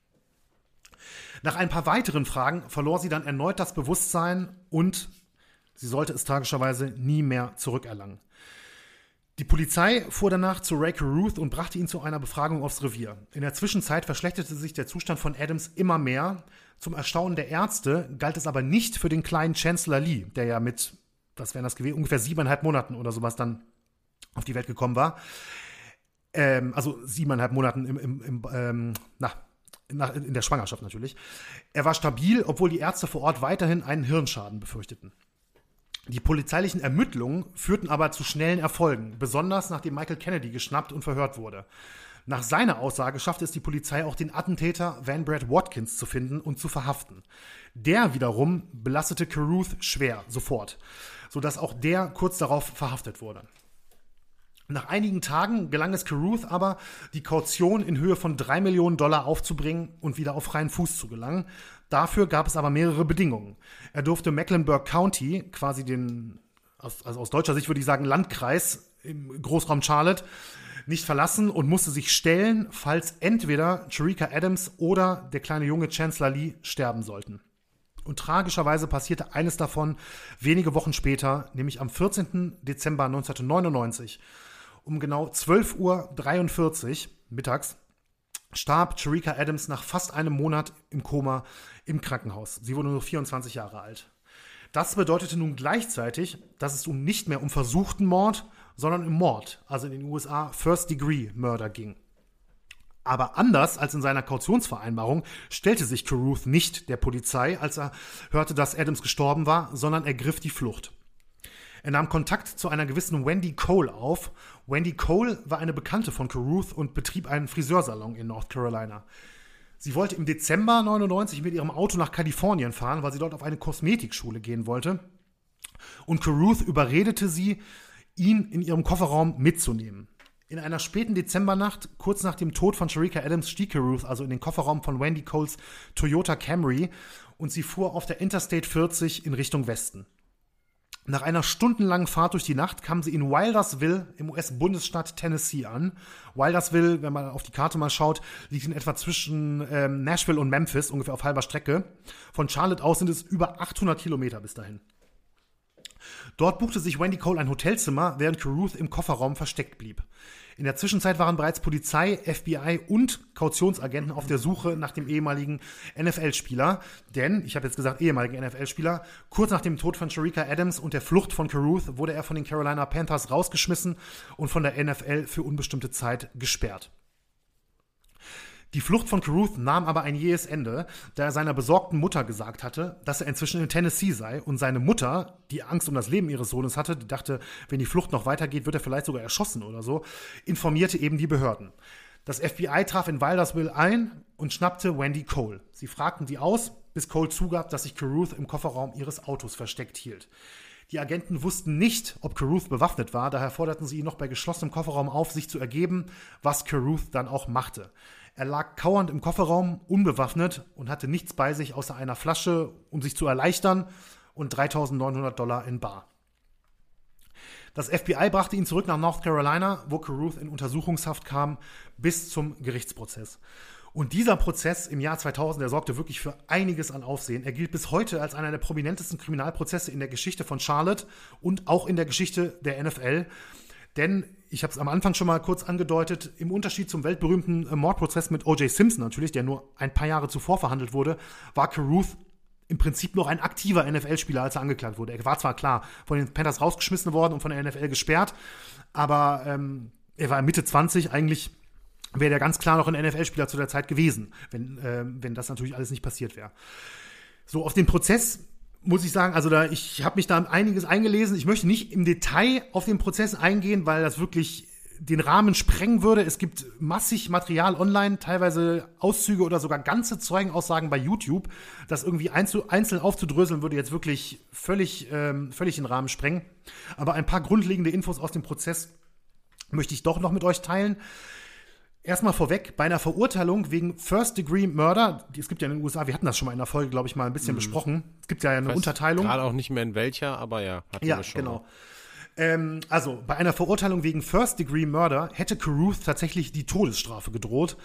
Nach ein paar weiteren Fragen verlor sie dann erneut das Bewusstsein und sie sollte es tragischerweise nie mehr zurückerlangen. Die Polizei fuhr danach zu Ray Caruth und brachte ihn zu einer Befragung aufs Revier. In der Zwischenzeit verschlechterte sich der Zustand von Adams immer mehr. Zum Erstaunen der Ärzte galt es aber nicht für den kleinen Chancellor Lee, der ja mit, was wären das gewesen, ungefähr 7,5 Monaten oder sowas dann auf die Welt gekommen war. Also 7,5 Monaten in der Schwangerschaft natürlich. Er war stabil, obwohl die Ärzte vor Ort weiterhin einen Hirnschaden befürchteten. Die polizeilichen Ermittlungen führten aber zu schnellen Erfolgen, besonders nachdem Michael Kennedy geschnappt und verhört wurde. Nach seiner Aussage schaffte es die Polizei auch, den Attentäter Van Brad Watkins zu finden und zu verhaften. Der wiederum belastete Caruth schwer, sofort, sodass auch der kurz darauf verhaftet wurde. Nach einigen Tagen gelang es Caruth aber, die Kaution in Höhe von $3 Millionen aufzubringen und wieder auf freien Fuß zu gelangen. Dafür gab es aber mehrere Bedingungen. Er durfte Mecklenburg County, quasi aus deutscher Sicht würde ich sagen Landkreis im Großraum Charlotte, nicht verlassen und musste sich stellen, falls entweder Sherika Adams oder der kleine Junge Chancellor Lee sterben sollten. Und tragischerweise passierte eines davon wenige Wochen später, nämlich am 14. Dezember 1999. Um genau 12:43 Uhr mittags starb Sherika Adams nach fast einem Monat im Koma im Krankenhaus. Sie wurde nur 24 Jahre alt. Das bedeutete nun gleichzeitig, dass es nicht mehr um versuchten Mord, sondern um Mord, also in den USA First-Degree-Murder ging. Aber anders als in seiner Kautionsvereinbarung stellte sich Caruth nicht der Polizei, als er hörte, dass Adams gestorben war, sondern ergriff die Flucht. Er nahm Kontakt zu einer gewissen Wendy Cole auf. Wendy Cole war eine Bekannte von Caruth und betrieb einen Friseursalon in North Carolina. Sie wollte im Dezember 1999 mit ihrem Auto nach Kalifornien fahren, weil sie dort auf eine Kosmetikschule gehen wollte. Und Caruth überredete sie, ihn in ihrem Kofferraum mitzunehmen. In einer späten Dezembernacht, kurz nach dem Tod von Sherika Adams, stieg Caruth also in den Kofferraum von Wendy Coles Toyota Camry und sie fuhr auf der Interstate 40 in Richtung Westen. Nach einer stundenlangen Fahrt durch die Nacht kamen sie in Wildersville im US-Bundesstaat Tennessee an. Wildersville, wenn man auf die Karte mal schaut, liegt in etwa zwischen Nashville und Memphis, ungefähr auf halber Strecke. Von Charlotte aus sind es über 800 Kilometer bis dahin. Dort buchte sich Wendy Cole ein Hotelzimmer, während Carruth im Kofferraum versteckt blieb. In der Zwischenzeit waren bereits Polizei, FBI und Kautionsagenten auf der Suche nach dem ehemaligen NFL-Spieler. Denn, ich habe jetzt gesagt ehemaligen NFL-Spieler, kurz nach dem Tod von Shericka Adams und der Flucht von Carruth wurde er von den Carolina Panthers rausgeschmissen und von der NFL für unbestimmte Zeit gesperrt. Die Flucht von Carruth nahm aber ein jähes Ende, da er seiner besorgten Mutter gesagt hatte, dass er inzwischen in Tennessee sei und seine Mutter, die Angst um das Leben ihres Sohnes hatte, die dachte, wenn die Flucht noch weitergeht, wird er vielleicht sogar erschossen oder so, informierte eben die Behörden. Das FBI traf in Wildersville ein und schnappte Wendy Cole. Sie fragten sie aus, bis Cole zugab, dass sich Carruth im Kofferraum ihres Autos versteckt hielt. Die Agenten wussten nicht, ob Carruth bewaffnet war, daher forderten sie ihn noch bei geschlossenem Kofferraum auf, sich zu ergeben, was Carruth dann auch machte. Er lag kauernd im Kofferraum, unbewaffnet und hatte nichts bei sich außer einer Flasche, um sich zu erleichtern, und $3.900 in bar. Das FBI brachte ihn zurück nach North Carolina, wo Carruth in Untersuchungshaft kam, bis zum Gerichtsprozess. Und dieser Prozess im Jahr 2000, der sorgte wirklich für einiges an Aufsehen. Er gilt bis heute als einer der prominentesten Kriminalprozesse in der Geschichte von Charlotte und auch in der Geschichte der NFL. Denn, ich habe es am Anfang schon mal kurz angedeutet, im Unterschied zum weltberühmten Mordprozess mit O.J. Simpson natürlich, der nur ein paar Jahre zuvor verhandelt wurde, war Carruth im Prinzip noch ein aktiver NFL-Spieler, als er angeklagt wurde. Er war zwar klar von den Panthers rausgeschmissen worden und von der NFL gesperrt, aber er war Mitte 20, eigentlich wäre der ganz klar noch ein NFL-Spieler zu der Zeit gewesen, wenn das natürlich alles nicht passiert wäre. So, auf den Prozess muss ich sagen, also ich habe mich da einiges eingelesen. Ich möchte nicht im Detail auf den Prozess eingehen, weil das wirklich den Rahmen sprengen würde. Es gibt massig Material online, teilweise Auszüge oder sogar ganze Zeugenaussagen bei YouTube. Das irgendwie einzeln aufzudröseln, würde jetzt wirklich völlig den Rahmen sprengen. Aber ein paar grundlegende Infos aus dem Prozess möchte ich doch noch mit euch teilen. Erstmal vorweg, bei einer Verurteilung wegen First-Degree-Murder, es gibt ja in den USA, wir hatten das schon mal in der Folge, glaube ich, mal ein bisschen besprochen. Es gibt ja eine Unterteilung. Gerade auch nicht mehr in welcher, aber ja, hatten wir schon. Ja, genau. Also, bei einer Verurteilung wegen First-Degree-Murder hätte Carruth tatsächlich die Todesstrafe gedroht.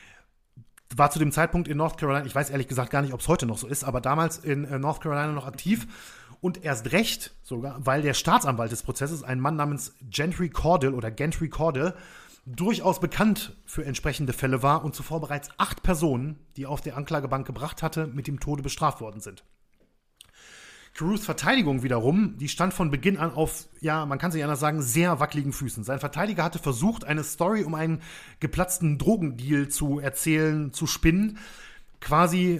War zu dem Zeitpunkt in North Carolina, ich weiß ehrlich gesagt gar nicht, ob es heute noch so ist, aber damals in North Carolina noch aktiv. Und erst recht sogar, weil der Staatsanwalt des Prozesses, ein Mann namens Gentry Cordell, durchaus bekannt für entsprechende Fälle war und zuvor bereits 8 Personen, die er auf der Anklagebank gebracht hatte, mit dem Tode bestraft worden sind. Carruths Verteidigung wiederum, die stand von Beginn an auf, ja, man kann sich anders sagen, sehr wackeligen Füßen. Sein Verteidiger hatte versucht, eine Story um einen geplatzten Drogendeal zu erzählen, zu spinnen. Quasi,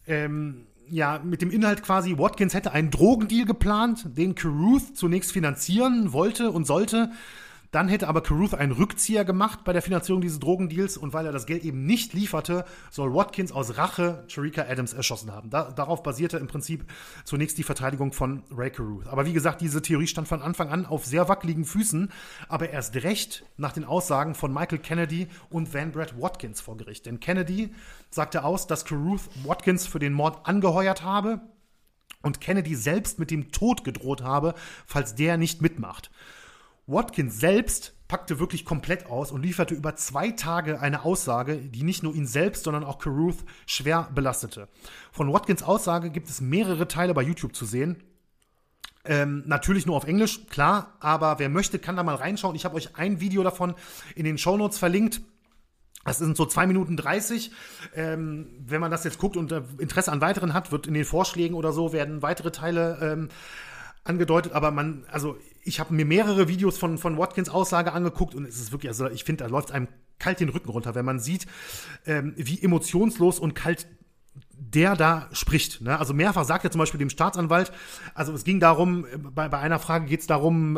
mit dem Inhalt quasi, Watkins hätte einen Drogendeal geplant, den Carruth zunächst finanzieren wollte und sollte. Dann hätte aber Carruth einen Rückzieher gemacht bei der Finanzierung dieses Drogendeals und weil er das Geld eben nicht lieferte, soll Watkins aus Rache Shericka Adams erschossen haben. Darauf basierte im Prinzip zunächst die Verteidigung von Ray Carruth. Aber wie gesagt, diese Theorie stand von Anfang an auf sehr wackeligen Füßen, aber erst recht nach den Aussagen von Michael Kennedy und Van Brett Watkins vor Gericht. Denn Kennedy sagte aus, dass Carruth Watkins für den Mord angeheuert habe und Kennedy selbst mit dem Tod gedroht habe, falls der nicht mitmacht. Watkins selbst packte wirklich komplett aus und lieferte über 2 Tage eine Aussage, die nicht nur ihn selbst, sondern auch Carruth schwer belastete. Von Watkins Aussage gibt es mehrere Teile bei YouTube zu sehen. Natürlich nur auf Englisch, klar, aber wer möchte, kann da mal reinschauen. Ich habe euch ein Video davon in den Shownotes verlinkt. Das sind so 2 Minuten 30. Wenn man das jetzt guckt und Interesse an weiteren hat, wird in den Vorschlägen oder so werden weitere Teile angedeutet, aber ich habe mir mehrere Videos von Watkins Aussage angeguckt und es ist wirklich, also ich finde, da läuft einem kalt den Rücken runter, wenn man sieht, wie emotionslos und kalt der da spricht. Ne? Also mehrfach sagt er zum Beispiel dem Staatsanwalt, also es ging darum, bei einer Frage geht es darum,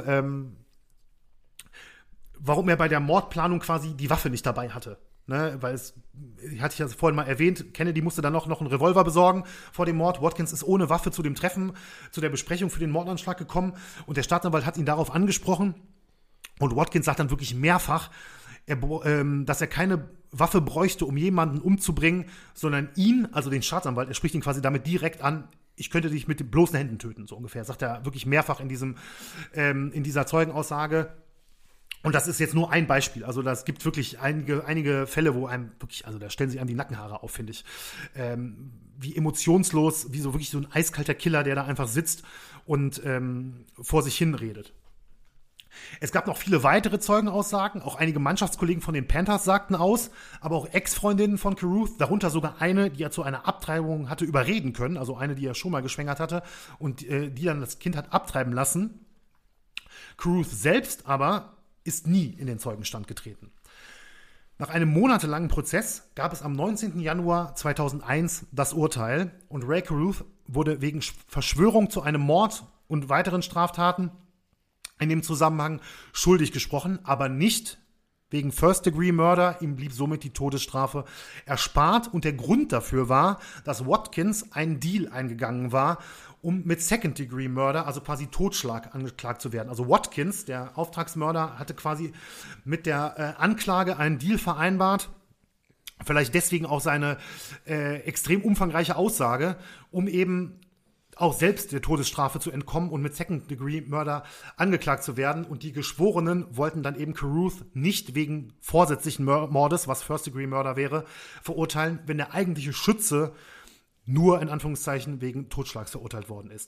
warum er bei der Mordplanung quasi die Waffe nicht dabei hatte. Ne, weil hatte ich ja vorhin mal erwähnt, Kennedy musste dann noch einen Revolver besorgen vor dem Mord. Watkins ist ohne Waffe zu dem Treffen, zu der Besprechung für den Mordanschlag gekommen und der Staatsanwalt hat ihn darauf angesprochen und Watkins sagt dann wirklich mehrfach, dass er keine Waffe bräuchte, um jemanden umzubringen, sondern ihn, also den Staatsanwalt, er spricht ihn quasi damit direkt an, ich könnte dich mit den bloßen Händen töten, so ungefähr. Sagt er wirklich mehrfach in dieser Zeugenaussage. Und das ist jetzt nur ein Beispiel. Also das gibt wirklich einige Fälle, wo einem wirklich, also da stellen sich einem die Nackenhaare auf, finde ich. Wie emotionslos, wie so wirklich so ein eiskalter Killer, der da einfach sitzt und vor sich hin redet. Es gab noch viele weitere Zeugenaussagen. Auch einige Mannschaftskollegen von den Panthers sagten aus, aber auch Ex-Freundinnen von Caruth, darunter sogar eine, die er zu einer Abtreibung hatte überreden können, also eine, die er schon mal geschwängert hatte und die dann das Kind hat abtreiben lassen. Caruth selbst aber ist nie in den Zeugenstand getreten. Nach einem monatelangen Prozess gab es am 19. Januar 2001 das Urteil und Ray Caruth wurde wegen Verschwörung zu einem Mord und weiteren Straftaten in dem Zusammenhang schuldig gesprochen, aber nicht wegen First-Degree-Murder. Ihm blieb somit die Todesstrafe erspart und der Grund dafür war, dass Watkins einen Deal eingegangen war, um mit Second-Degree-Murder, also quasi Totschlag, angeklagt zu werden. Also Watkins, der Auftragsmörder, hatte quasi mit der Anklage einen Deal vereinbart, vielleicht deswegen auch seine extrem umfangreiche Aussage, um eben auch selbst der Todesstrafe zu entkommen und mit Second-Degree-Murder angeklagt zu werden. Und die Geschworenen wollten dann eben Caruth nicht wegen vorsätzlichen Mordes, was First-Degree-Murder wäre, verurteilen, wenn der eigentliche Schütze nur in Anführungszeichen wegen Totschlags verurteilt worden ist.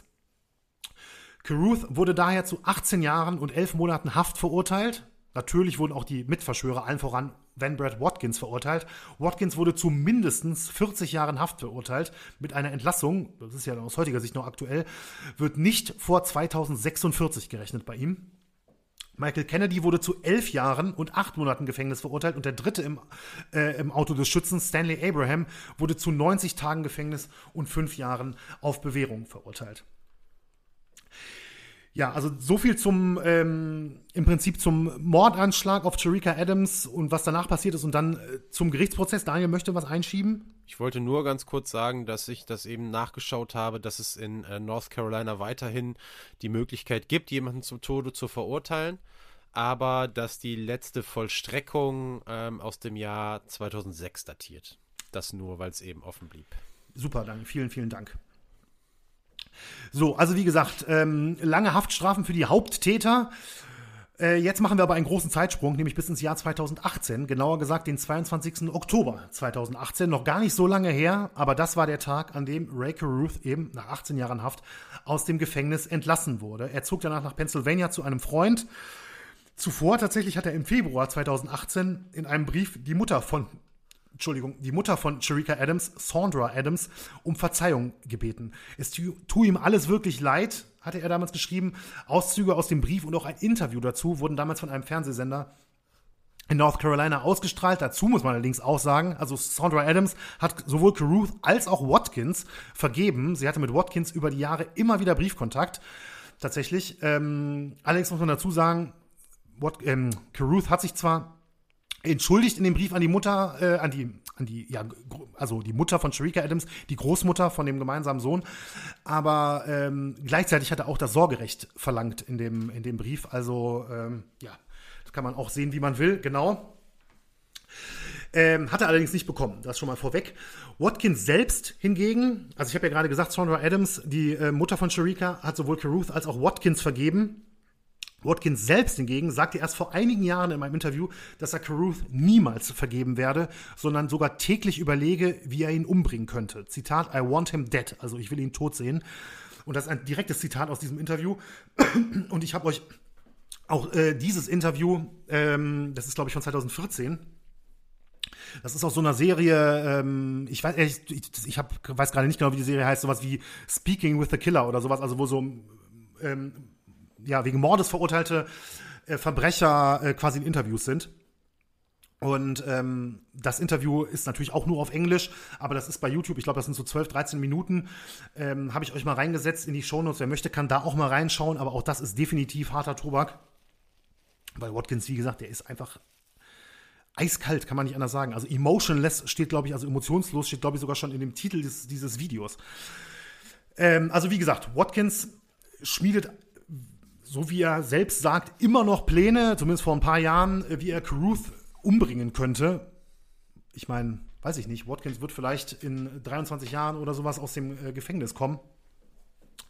Caruth wurde daher zu 18 Jahren und 11 Monaten Haft verurteilt. Natürlich wurden auch die Mitverschwörer, allen voran Van Brad Watkins, verurteilt. Watkins wurde zu mindestens 40 Jahren Haft verurteilt. Mit einer Entlassung, das ist ja aus heutiger Sicht noch aktuell, wird nicht vor 2046 gerechnet bei ihm. Michael Kennedy wurde zu 11 Jahren und 8 Monaten Gefängnis verurteilt und der dritte im Auto des Schützen, Stanley Abraham, wurde zu 90 Tagen Gefängnis und 5 Jahren auf Bewährung verurteilt. Ja, also so viel im Prinzip zum Mordanschlag auf Cherika Adams und was danach passiert ist und dann zum Gerichtsprozess. Daniel möchte was einschieben? Ich wollte nur ganz kurz sagen, dass ich das eben nachgeschaut habe, dass es in North Carolina weiterhin die Möglichkeit gibt, jemanden zum Tode zu verurteilen, aber dass die letzte Vollstreckung aus dem Jahr 2006 datiert. Das nur, weil es eben offen blieb. Super, danke. Vielen, vielen Dank. So, also wie gesagt, lange Haftstrafen für die Haupttäter. Jetzt machen wir aber einen großen Zeitsprung, nämlich bis ins Jahr 2018, genauer gesagt den 22. Oktober 2018, noch gar nicht so lange her, aber das war der Tag, an dem Ray Caruth eben nach 18 Jahren Haft aus dem Gefängnis entlassen wurde. Er zog danach nach Pennsylvania zu einem Freund. Zuvor tatsächlich hat er im Februar 2018 in einem Brief die Mutter von Cherika Adams, Sandra Adams, um Verzeihung gebeten. Es tue ihm alles wirklich leid, hatte er damals geschrieben. Auszüge aus dem Brief und auch ein Interview dazu wurden damals von einem Fernsehsender in North Carolina ausgestrahlt. Dazu muss man allerdings auch sagen, also Sandra Adams hat sowohl Caruth als auch Watkins vergeben. Sie hatte mit Watkins über die Jahre immer wieder Briefkontakt. Tatsächlich. Allerdings muss man dazu sagen, Caruth hat sich zwar entschuldigt in dem Brief an die Mutter, also die Mutter von Cherika Adams, die Großmutter von dem gemeinsamen Sohn, aber gleichzeitig hat er auch das Sorgerecht verlangt in dem Brief, also das kann man auch sehen, wie man will, genau. Hat er allerdings nicht bekommen, das schon mal vorweg. Watkins selbst hingegen, also ich habe ja gerade gesagt, Sandra Adams, die Mutter von Cherika, hat sowohl Caruth als auch Watkins vergeben. Watkins selbst hingegen sagte erst vor einigen Jahren in meinem Interview, dass er Caruth niemals vergeben werde, sondern sogar täglich überlege, wie er ihn umbringen könnte. Zitat, I want him dead, also ich will ihn tot sehen. Und das ist ein direktes Zitat aus diesem Interview. Und ich habe euch auch dieses Interview, das ist glaube ich von 2014, das ist aus so einer Serie, ich weiß gerade nicht genau, wie die Serie heißt, sowas wie Speaking with the Killer oder sowas, also wo so wegen Mordes verurteilte Verbrecher quasi in Interviews sind. Und das Interview ist natürlich auch nur auf Englisch, aber das ist bei YouTube, ich glaube, das sind so 12, 13 Minuten, habe ich euch mal reingesetzt in die Shownotes. Wer möchte, kann da auch mal reinschauen, aber auch das ist definitiv harter Tobak. Weil Watkins, wie gesagt, der ist einfach eiskalt, kann man nicht anders sagen. Also emotionless steht, glaube ich, also emotionslos steht, glaube ich, sogar schon in dem Titel dieses Videos. Also wie gesagt, Watkins schmiedet, so wie er selbst sagt, immer noch Pläne, zumindest vor ein paar Jahren, wie er Caruth umbringen könnte. Ich meine, weiß ich nicht, Watkins wird vielleicht in 23 Jahren oder sowas aus dem Gefängnis kommen.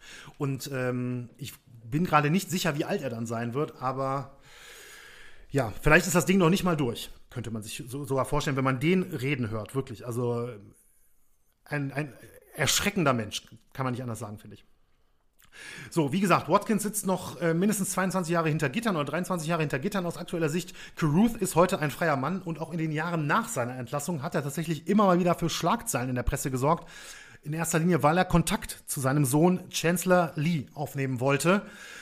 Und ich bin gerade nicht sicher, wie alt er dann sein wird, aber ja, vielleicht ist das Ding noch nicht mal durch, könnte man sich sogar vorstellen, wenn man den reden hört, wirklich. Also ein erschreckender Mensch, kann man nicht anders sagen, finde ich. So, wie gesagt, Watkins sitzt noch mindestens 22 Jahre hinter Gittern oder 23 Jahre hinter Gittern aus aktueller Sicht. Carruth ist heute ein freier Mann und auch in den Jahren nach seiner Entlassung hat er tatsächlich immer mal wieder für Schlagzeilen in der Presse gesorgt. In erster Linie, weil er Kontakt zu seinem Sohn Chancellor Lee aufnehmen wollte.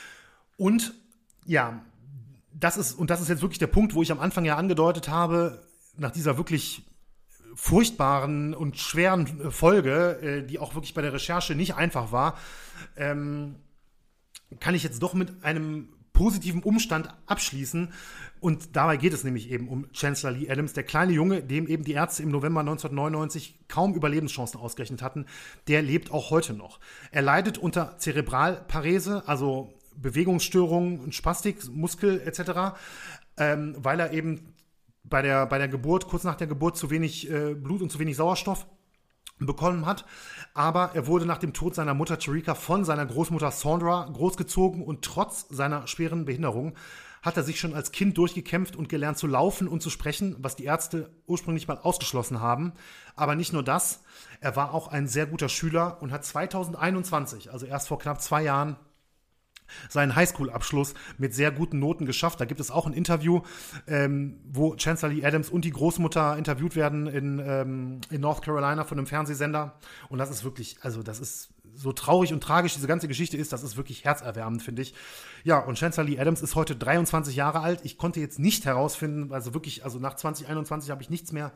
Und ja, das ist jetzt wirklich der Punkt, wo ich am Anfang ja angedeutet habe, nach dieser wirklich furchtbaren und schweren Folge, die auch wirklich bei der Recherche nicht einfach war, kann ich jetzt doch mit einem positiven Umstand abschließen. Und dabei geht es nämlich eben um Chancellor Lee Adams, der kleine Junge, dem eben die Ärzte im November 1999 kaum Überlebenschancen ausgerechnet hatten. Der lebt auch heute noch. Er leidet unter Zerebralparese, also Bewegungsstörungen, Spastik, Muskel etc., weil er eben bei der Geburt, kurz nach der Geburt, zu wenig Blut und zu wenig Sauerstoff bekommen hat. Aber er wurde nach dem Tod seiner Mutter Tarika von seiner Großmutter Saundra großgezogen und trotz seiner schweren Behinderung hat er sich schon als Kind durchgekämpft und gelernt zu laufen und zu sprechen, was die Ärzte ursprünglich mal ausgeschlossen haben. Aber nicht nur das, er war auch ein sehr guter Schüler und hat 2021, also erst vor knapp 2 Jahren, seinen Highschool-Abschluss mit sehr guten Noten geschafft. Da gibt es auch ein Interview, wo Chancellor Lee Adams und die Großmutter interviewt werden in North Carolina von einem Fernsehsender. Und das ist wirklich, also das ist so traurig und tragisch diese ganze Geschichte ist, das ist wirklich herzerwärmend, finde ich. Ja, und Chancellor Lee Adams ist heute 23 Jahre alt. Ich konnte jetzt nicht herausfinden, also wirklich, also nach 2021 habe ich nichts mehr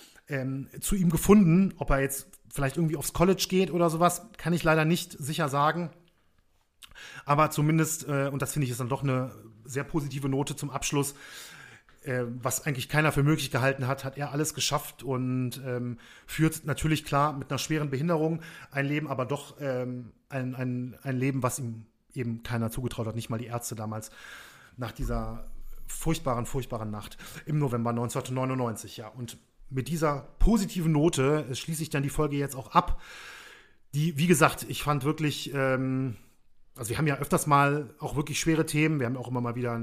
zu ihm gefunden. Ob er jetzt vielleicht irgendwie aufs College geht oder sowas, kann ich leider nicht sicher sagen. Aber zumindest, und das finde ich ist dann doch eine sehr positive Note zum Abschluss, was eigentlich keiner für möglich gehalten hat, hat er alles geschafft und führt natürlich klar mit einer schweren Behinderung ein Leben, aber doch ein Leben, was ihm eben keiner zugetraut hat, nicht mal die Ärzte damals, nach dieser furchtbaren Nacht im November 1999. Ja. Und mit dieser positiven Note schließe ich dann die Folge jetzt auch ab, die, wie gesagt, ich fand wirklich... Also wir haben ja öfters mal auch wirklich schwere Themen. Wir haben auch immer mal wieder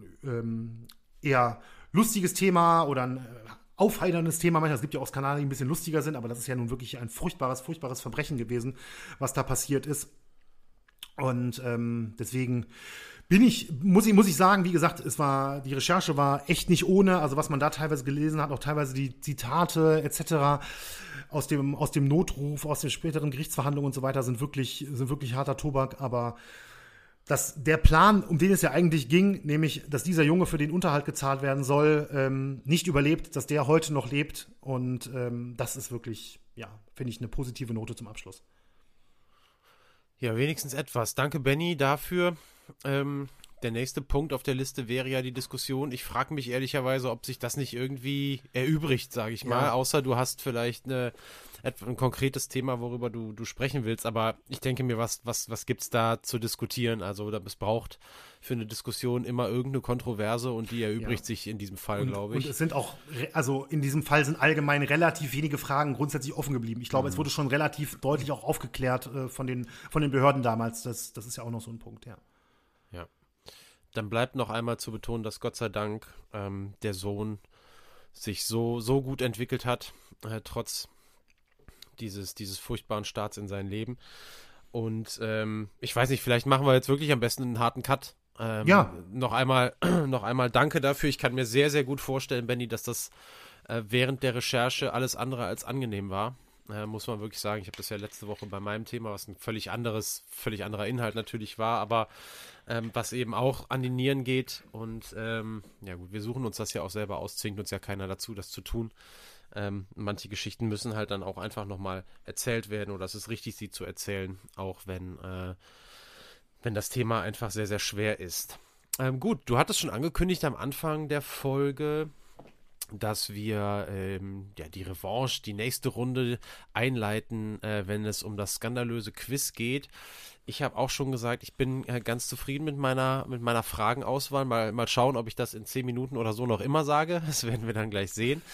ein eher lustiges Thema oder ein aufheiterndes Thema. Manchmal, es gibt ja auch Skandale, die ein bisschen lustiger sind, aber das ist ja nun wirklich ein furchtbares Verbrechen gewesen, was da passiert ist. Und deswegen muss ich sagen, wie gesagt, die Recherche war echt nicht ohne. Also was man da teilweise gelesen hat, auch teilweise die Zitate etc. aus dem Notruf, aus den späteren Gerichtsverhandlungen und so weiter sind wirklich harter Tobak. Aber der Plan, um den es ja eigentlich ging, nämlich, dass dieser Junge, für den Unterhalt gezahlt werden soll, nicht überlebt, dass der heute noch lebt. Und das ist wirklich, ja, finde ich, eine positive Note zum Abschluss. Ja, wenigstens etwas. Danke, Benny, dafür. Der nächste Punkt auf der Liste wäre ja die Diskussion. Ich frage mich ehrlicherweise, ob sich das nicht irgendwie erübrigt, sage ich mal. Außer du hast vielleicht ein konkretes Thema, worüber du sprechen willst. Aber ich denke mir, was gibt's da zu diskutieren? Also es braucht für eine Diskussion immer irgendeine Kontroverse und die erübrigt sich in diesem Fall, glaube ich. Und es sind auch, also in diesem Fall sind allgemein relativ wenige Fragen grundsätzlich offen geblieben. Ich glaube, es wurde schon relativ deutlich auch aufgeklärt von den Behörden damals. Das ist ja auch noch so ein Punkt, ja. Ja. Dann bleibt noch einmal zu betonen, dass Gott sei Dank der Sohn sich so gut entwickelt hat, trotz dieses furchtbaren Starts in sein Leben. Und ich weiß nicht, vielleicht machen wir jetzt wirklich am besten einen harten Cut. Noch einmal danke dafür. Ich kann mir sehr, sehr gut vorstellen, Benny, dass das während der Recherche alles andere als angenehm war. Muss man wirklich sagen. Ich habe das ja letzte Woche bei meinem Thema, was ein völlig anderer Inhalt natürlich war, aber was eben auch an die Nieren geht. Und ja gut, wir suchen uns das ja auch selber aus, zwingt uns ja keiner dazu, das zu tun. Manche Geschichten müssen halt dann auch einfach nochmal erzählt werden oder es ist richtig, sie zu erzählen, auch wenn das Thema einfach sehr, sehr schwer ist. Gut, du hattest schon angekündigt am Anfang der Folge, dass wir die Revanche, die nächste Runde einleiten, wenn es um das skandalöse Quiz geht. Ich habe auch schon gesagt, ich bin ganz zufrieden mit meiner Fragenauswahl. Mal schauen, ob ich das in 10 Minuten oder so noch immer sage. Das werden wir dann gleich sehen.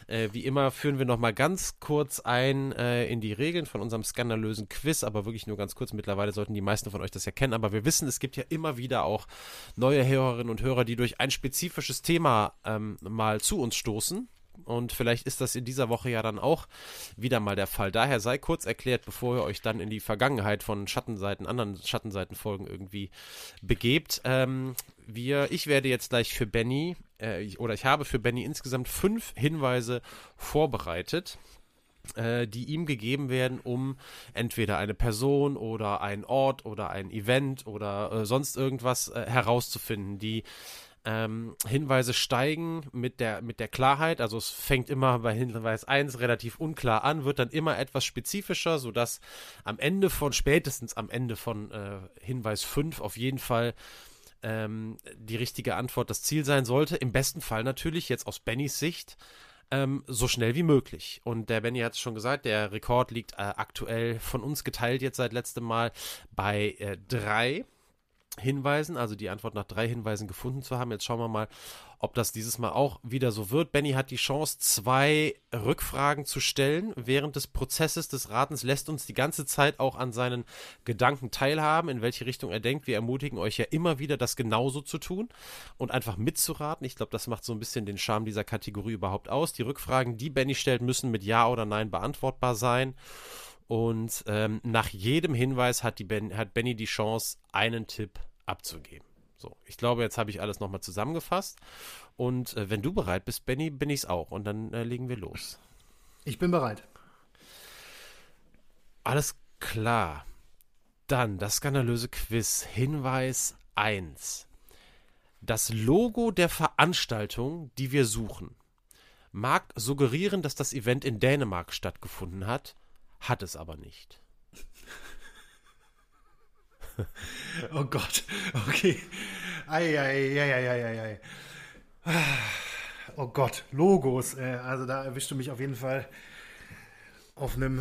Wie immer führen wir nochmal ganz kurz ein in die Regeln von unserem skandalösen Quiz, aber wirklich nur ganz kurz. Mittlerweile sollten die meisten von euch das ja kennen, aber wir wissen, es gibt ja immer wieder auch neue Hörerinnen und Hörer, die durch ein spezifisches Thema mal zu uns stoßen. Und vielleicht ist das in dieser Woche ja dann auch wieder mal der Fall. Daher sei kurz erklärt, bevor ihr euch dann in die Vergangenheit von anderen Schattenseitenfolgen irgendwie begebt. Ich werde jetzt gleich für Benny, ich habe für Benny insgesamt 5 Hinweise vorbereitet, die ihm gegeben werden, um entweder eine Person oder einen Ort oder ein Event oder sonst irgendwas herauszufinden. Die Hinweise steigen mit der Klarheit, also es fängt immer bei Hinweis 1 relativ unklar an, wird dann immer etwas spezifischer, sodass spätestens am Ende von Hinweis 5 auf jeden Fall die richtige Antwort das Ziel sein sollte. Im besten Fall natürlich, jetzt aus Bennys Sicht, so schnell wie möglich. Und der Benny hat es schon gesagt, der Rekord liegt aktuell von uns geteilt jetzt seit letztem Mal bei 3 Hinweisen, also die Antwort nach 3 Hinweisen gefunden zu haben. Jetzt schauen wir mal, ob das dieses Mal auch wieder so wird. Benny hat die Chance, 2 Rückfragen zu stellen. Während des Prozesses des Ratens lässt uns die ganze Zeit auch an seinen Gedanken teilhaben, in welche Richtung er denkt. Wir ermutigen euch ja immer wieder, das genauso zu tun und einfach mitzuraten. Ich glaube, das macht so ein bisschen den Charme dieser Kategorie überhaupt aus. Die Rückfragen, die Benny stellt, müssen mit Ja oder Nein beantwortbar sein. Und nach jedem Hinweis hat Benny die Chance, einen Tipp abzugeben. So, ich glaube, jetzt habe ich alles nochmal zusammengefasst. Und wenn du bereit bist, Benny, bin ich es auch. Und dann legen wir los. Ich bin bereit. Alles klar. Dann das skandalöse Quiz. Hinweis 1. Das Logo der Veranstaltung, die wir suchen, mag suggerieren, dass das Event in Dänemark stattgefunden hat es aber nicht. Oh Gott, okay. Ei. Oh Gott, Logos. Also da erwischst du mich auf jeden Fall auf einem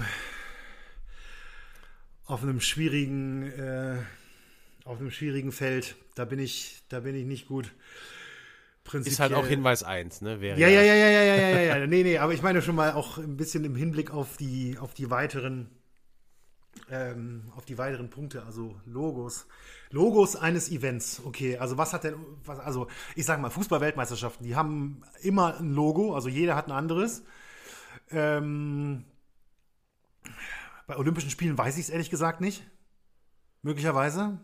schwierigen Feld. Da bin ich nicht gut. Ist halt auch Hinweis 1, ne? Ja. Nee, aber ich meine schon mal auch ein bisschen im Hinblick auf die weiteren Punkte, also Logos eines Events. Okay, also also ich sag mal, Fußball-Weltmeisterschaften, die haben immer ein Logo, also jeder hat ein anderes. Bei Olympischen Spielen weiß ich es ehrlich gesagt nicht. Möglicherweise.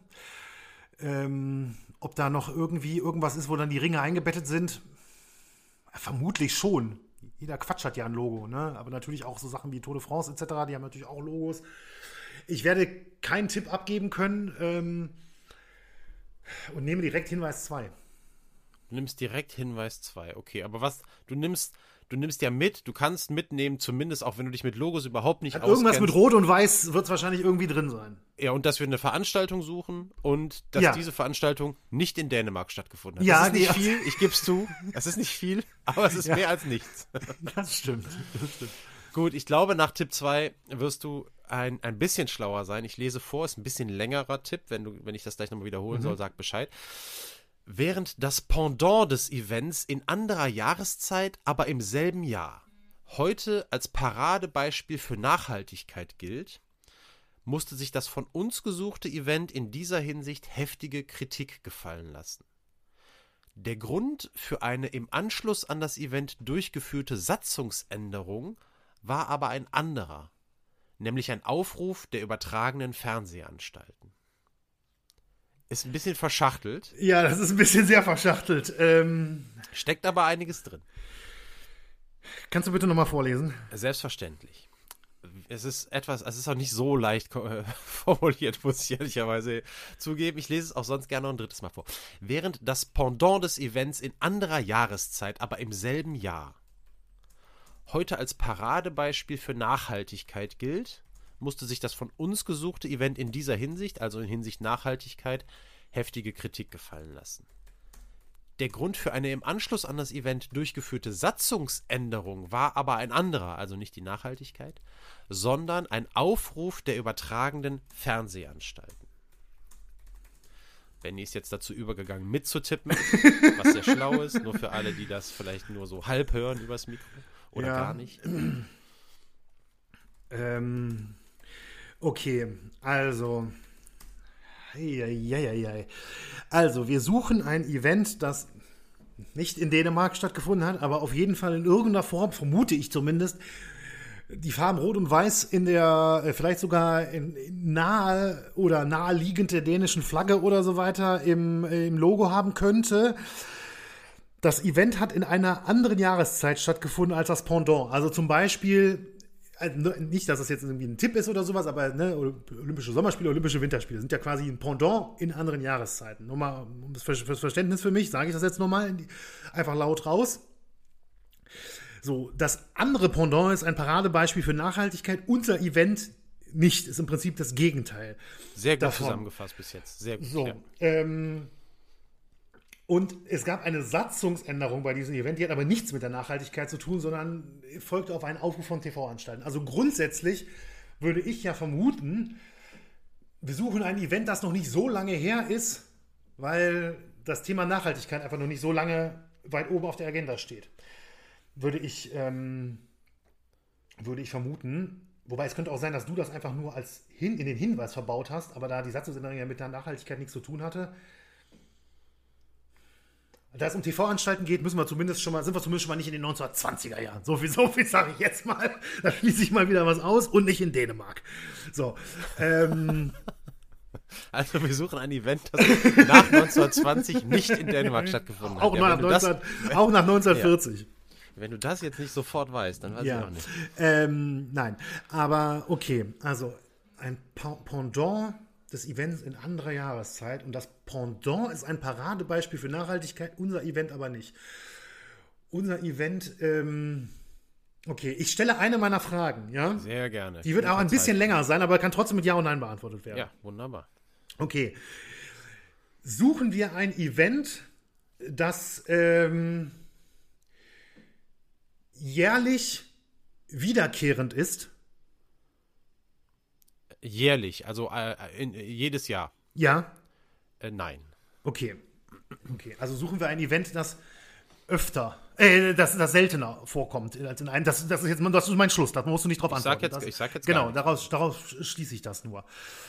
Ob da noch irgendwie irgendwas ist, wo dann die Ringe eingebettet sind? Vermutlich schon. Jeder Quatsch hat ja ein Logo, ne? Aber natürlich auch so Sachen wie Tour de France etc., die haben natürlich auch Logos. Ich werde keinen Tipp abgeben können und nehme direkt Hinweis 2. Du nimmst direkt Hinweis 2, okay. Aber du nimmst ja mit, du kannst mitnehmen, zumindest auch wenn du dich mit Logos überhaupt nicht auskennst. Irgendwas mit Rot und Weiß wird es wahrscheinlich irgendwie drin sein. Ja, und dass wir eine Veranstaltung suchen und dass diese Veranstaltung nicht in Dänemark stattgefunden hat. Ja, das ist nicht viel, ich gebe es zu. Das ist nicht viel, aber es ist mehr als nichts. Das stimmt. Gut, ich glaube, nach Tipp 2 wirst du ein bisschen schlauer sein. Ich lese vor, ist ein bisschen längerer Tipp. Wenn ich das gleich nochmal wiederholen soll, sag Bescheid. Während das Pendant des Events in anderer Jahreszeit, aber im selben Jahr, heute als Paradebeispiel für Nachhaltigkeit gilt, musste sich das von uns gesuchte Event in dieser Hinsicht heftige Kritik gefallen lassen. Der Grund für eine im Anschluss an das Event durchgeführte Satzungsänderung war aber ein anderer, nämlich ein Aufruf der übertragenen Fernsehanstalten. Ist ein bisschen verschachtelt. Ja, das ist ein bisschen sehr verschachtelt. Steckt aber einiges drin. Kannst du bitte nochmal vorlesen? Selbstverständlich. Es ist auch nicht so leicht formuliert, muss ich ehrlicherweise zugeben. Ich lese es auch sonst gerne noch ein drittes Mal vor. Während das Pendant des Events in anderer Jahreszeit, aber im selben Jahr, heute als Paradebeispiel für Nachhaltigkeit gilt, musste sich das von uns gesuchte Event in dieser Hinsicht, also in Hinsicht Nachhaltigkeit, heftige Kritik gefallen lassen. Der Grund für eine im Anschluss an das Event durchgeführte Satzungsänderung war aber ein anderer, also nicht die Nachhaltigkeit, sondern ein Aufruf der übertragenden Fernsehanstalten. Benny ist jetzt dazu übergegangen, mitzutippen, was sehr schlau ist, nur für alle, die das vielleicht nur so halb hören übers Mikro. Oder gar nicht? Okay, also. Also, wir suchen ein Event, das nicht in Dänemark stattgefunden hat, aber auf jeden Fall in irgendeiner Form, vermute ich zumindest, die Farben Rot und Weiß in der, vielleicht sogar in nahe oder naheliegend der dänischen Flagge oder so weiter im Logo haben könnte. Das Event hat in einer anderen Jahreszeit stattgefunden als das Pendant. Also zum Beispiel, nicht, dass das jetzt irgendwie ein Tipp ist oder sowas, aber ne, Olympische Sommerspiele, Olympische Winterspiele sind ja quasi ein Pendant in anderen Jahreszeiten. Nur mal fürs Verständnis für mich, sage ich das jetzt nochmal einfach laut raus. So, das andere Pendant ist ein Paradebeispiel für Nachhaltigkeit. Unser Event nicht, ist im Prinzip das Gegenteil. Sehr gut zusammengefasst bis jetzt. Sehr gut. So, ja. Und es gab eine Satzungsänderung bei diesem Event, die hat aber nichts mit der Nachhaltigkeit zu tun, sondern folgte auf einen Aufruf von TV-Anstalten. Also grundsätzlich würde ich ja vermuten, wir suchen ein Event, das noch nicht so lange her ist, weil das Thema Nachhaltigkeit einfach noch nicht so lange weit oben auf der Agenda steht. Würde ich vermuten. Wobei es könnte auch sein, dass du das einfach nur in den Hinweis verbaut hast, aber da die Satzungsänderung ja mit der Nachhaltigkeit nichts zu tun hatte. Da es um TV-Anstalten geht, sind wir zumindest schon mal nicht in den 1920er Jahren. So viel sage ich jetzt mal. Da schließe ich mal wieder was aus und nicht in Dänemark. So. Also wir suchen ein Event, das nach 1920 nicht in Dänemark stattgefunden hat. Auch nach 1940. Ja. Wenn du das jetzt nicht sofort weißt, dann weiß ich auch nicht. Nein, aber okay. Also ein Pendant des Events in anderer Jahreszeit und das Pendant ist ein Paradebeispiel für Nachhaltigkeit, unser Event aber nicht. Unser Event, okay, ich stelle eine meiner Fragen, ja? Sehr gerne. Die wird auch ein bisschen länger sein, aber kann trotzdem mit Ja und Nein beantwortet werden. Ja, wunderbar. Okay. Suchen wir ein Event, das jährlich wiederkehrend ist? Jährlich, also jedes Jahr. Ja. Nein. Okay, also suchen wir ein Event, das öfter, das seltener vorkommt als in einem. Das ist mein Schluss, da musst du nicht drauf antworten. Ich sag jetzt genau, gar nichts. daraus schließe ich das nur.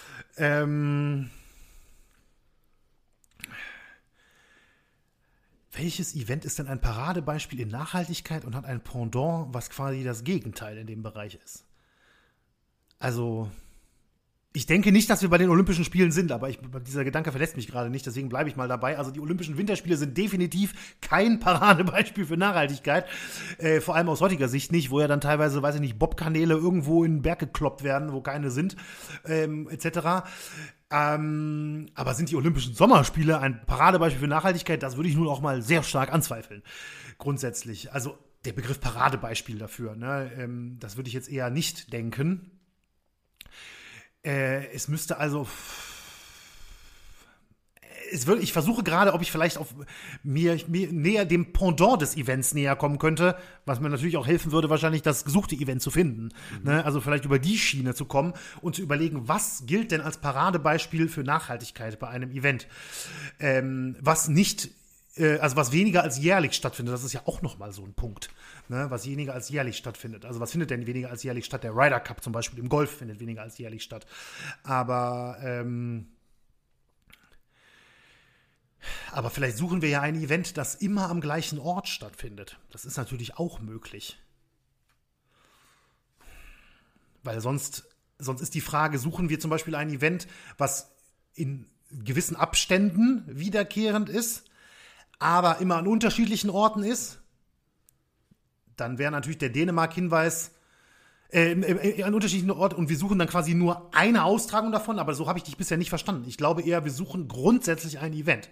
Welches Event ist denn ein Paradebeispiel in Nachhaltigkeit und hat ein Pendant, was quasi das Gegenteil in dem Bereich ist? Also, ich denke nicht, dass wir bei den Olympischen Spielen sind, aber dieser Gedanke verlässt mich gerade nicht, deswegen bleibe ich mal dabei. Also die Olympischen Winterspiele sind definitiv kein Paradebeispiel für Nachhaltigkeit, vor allem aus heutiger Sicht nicht, wo ja dann teilweise, weiß ich nicht, Bobkanäle irgendwo in den Berg gekloppt werden, wo keine sind, etc. Aber sind die Olympischen Sommerspiele ein Paradebeispiel für Nachhaltigkeit? Das würde ich nun auch mal sehr stark anzweifeln, grundsätzlich. Also der Begriff Paradebeispiel dafür, ne? Das würde ich jetzt eher nicht denken. Es müsste also. Ich versuche gerade, ob ich vielleicht auf mir näher dem Pendant des Events näher kommen könnte, was mir natürlich auch helfen würde, wahrscheinlich das gesuchte Event zu finden. Ne? Also vielleicht über die Schiene zu kommen und zu überlegen, was gilt denn als Paradebeispiel für Nachhaltigkeit bei einem Event? Was weniger als jährlich stattfindet, das ist ja auch nochmal so ein Punkt, ne? Was weniger als jährlich stattfindet. Also was findet denn weniger als jährlich statt? Der Ryder Cup zum Beispiel im Golf findet weniger als jährlich statt. Aber vielleicht suchen wir ja ein Event, das immer am gleichen Ort stattfindet. Das ist natürlich auch möglich. Weil sonst ist die Frage, suchen wir zum Beispiel ein Event, was in gewissen Abständen wiederkehrend ist, aber immer an unterschiedlichen Orten ist, dann wäre natürlich der Dänemark-Hinweis an unterschiedlichen Orten und wir suchen dann quasi nur eine Austragung davon, aber so habe ich dich bisher nicht verstanden. Ich glaube eher, wir suchen grundsätzlich ein Event.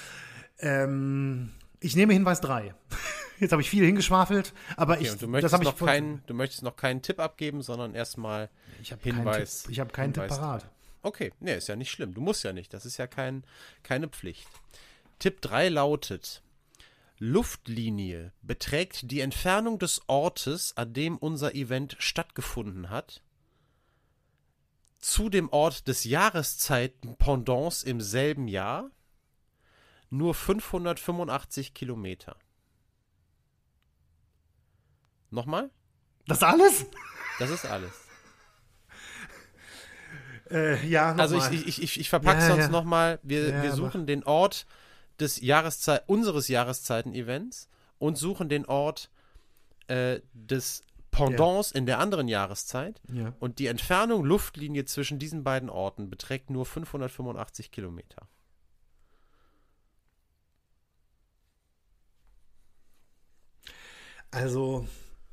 Ich nehme Hinweis 3. Jetzt habe ich viel hingeschwafelt, aber okay, du möchtest noch keinen Tipp abgeben, sondern erstmal Hinweis. Ich habe keinen Tipp parat. Okay, nee, ist ja nicht schlimm. Du musst ja nicht. Das ist ja keine Pflicht. Tipp 3 lautet: Luftlinie beträgt die Entfernung des Ortes, an dem unser Event stattgefunden hat, zu dem Ort des Jahreszeiten-Pendants im selben Jahr nur 585 Kilometer. Nochmal? Das alles? Das ist alles. Ja, also nochmal. ich verpacke es sonst nochmal. Wir suchen den Ort unseres Jahreszeiten-Events und suchen den Ort des Pendants in der anderen Jahreszeit. Ja. Und die Entfernung Luftlinie zwischen diesen beiden Orten beträgt nur 585 Kilometer. Also,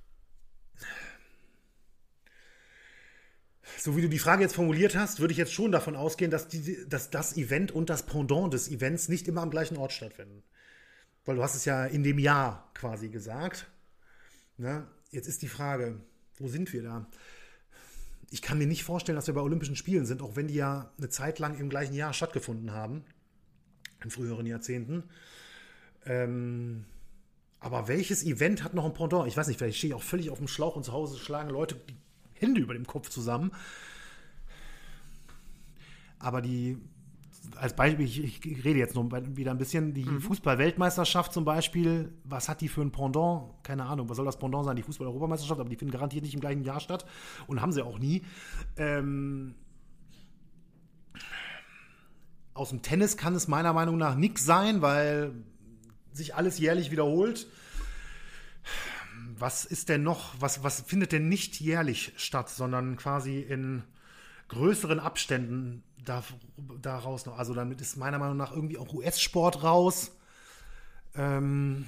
so wie du die Frage jetzt formuliert hast, würde ich jetzt schon davon ausgehen, dass das Event und das Pendant des Events nicht immer am gleichen Ort stattfinden. Weil du hast es ja in dem Jahr quasi gesagt. Na, jetzt ist die Frage, wo sind wir da? Ich kann mir nicht vorstellen, dass wir bei Olympischen Spielen sind, auch wenn die ja eine Zeit lang im gleichen Jahr stattgefunden haben, in früheren Jahrzehnten. Aber welches Event hat noch ein Pendant? Ich weiß nicht, vielleicht stehe ich auch völlig auf dem Schlauch und zu Hause schlagen Leute die Hände über dem Kopf zusammen. Aber als Beispiel, ich rede jetzt noch wieder ein bisschen, die Fußball-Weltmeisterschaft zum Beispiel, was hat die für ein Pendant? Keine Ahnung, was soll das Pendant sein? Die Fußball-Europameisterschaft, aber die finden garantiert nicht im gleichen Jahr statt und haben sie auch nie. Aus dem Tennis kann es meiner Meinung nach nichts sein, weil sich alles jährlich wiederholt. Was ist denn noch, was findet denn nicht jährlich statt, sondern quasi in größeren Abständen daraus noch? Also damit ist meiner Meinung nach irgendwie auch US-Sport raus. Und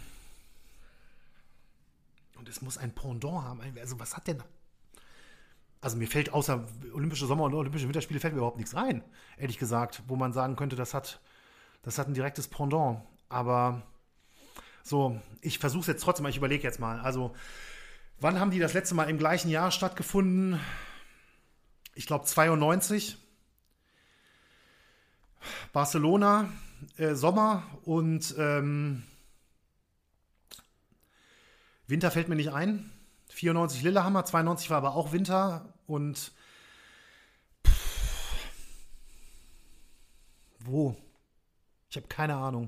es muss ein Pendant haben. Also was hat denn... Also mir fällt außer Olympische Sommer- und Olympische Winterspiele fällt mir überhaupt nichts ein, ehrlich gesagt, wo man sagen könnte, das hat ein direktes Pendant. Aber so, ich versuche es jetzt trotzdem mal, ich überlege jetzt mal. Also, wann haben die das letzte Mal im gleichen Jahr stattgefunden? Ich glaube 92. Barcelona, Sommer und Winter fällt mir nicht ein. 94 Lillehammer, 92 war aber auch Winter und wo? Ich habe keine Ahnung.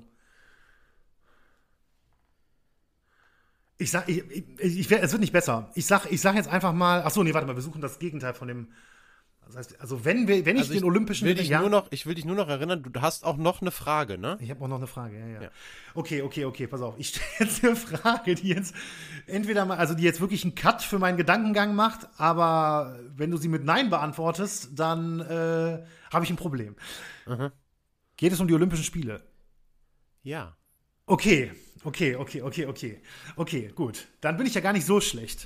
Es wird nicht besser. Ich sag jetzt einfach mal, achso, nee, warte mal, wir suchen das Gegenteil von dem. Das heißt, also wenn ich den Olympischen... Ich will dich nur noch erinnern, du hast auch noch eine Frage, ne? Ich habe auch noch eine Frage, ja. Okay, pass auf. Ich stelle jetzt eine Frage, die jetzt entweder mal, also die jetzt wirklich einen Cut für meinen Gedankengang macht, aber wenn du sie mit Nein beantwortest, dann habe ich ein Problem. Mhm. Geht es um die Olympischen Spiele? Ja. Okay, gut. Dann bin ich ja gar nicht so schlecht.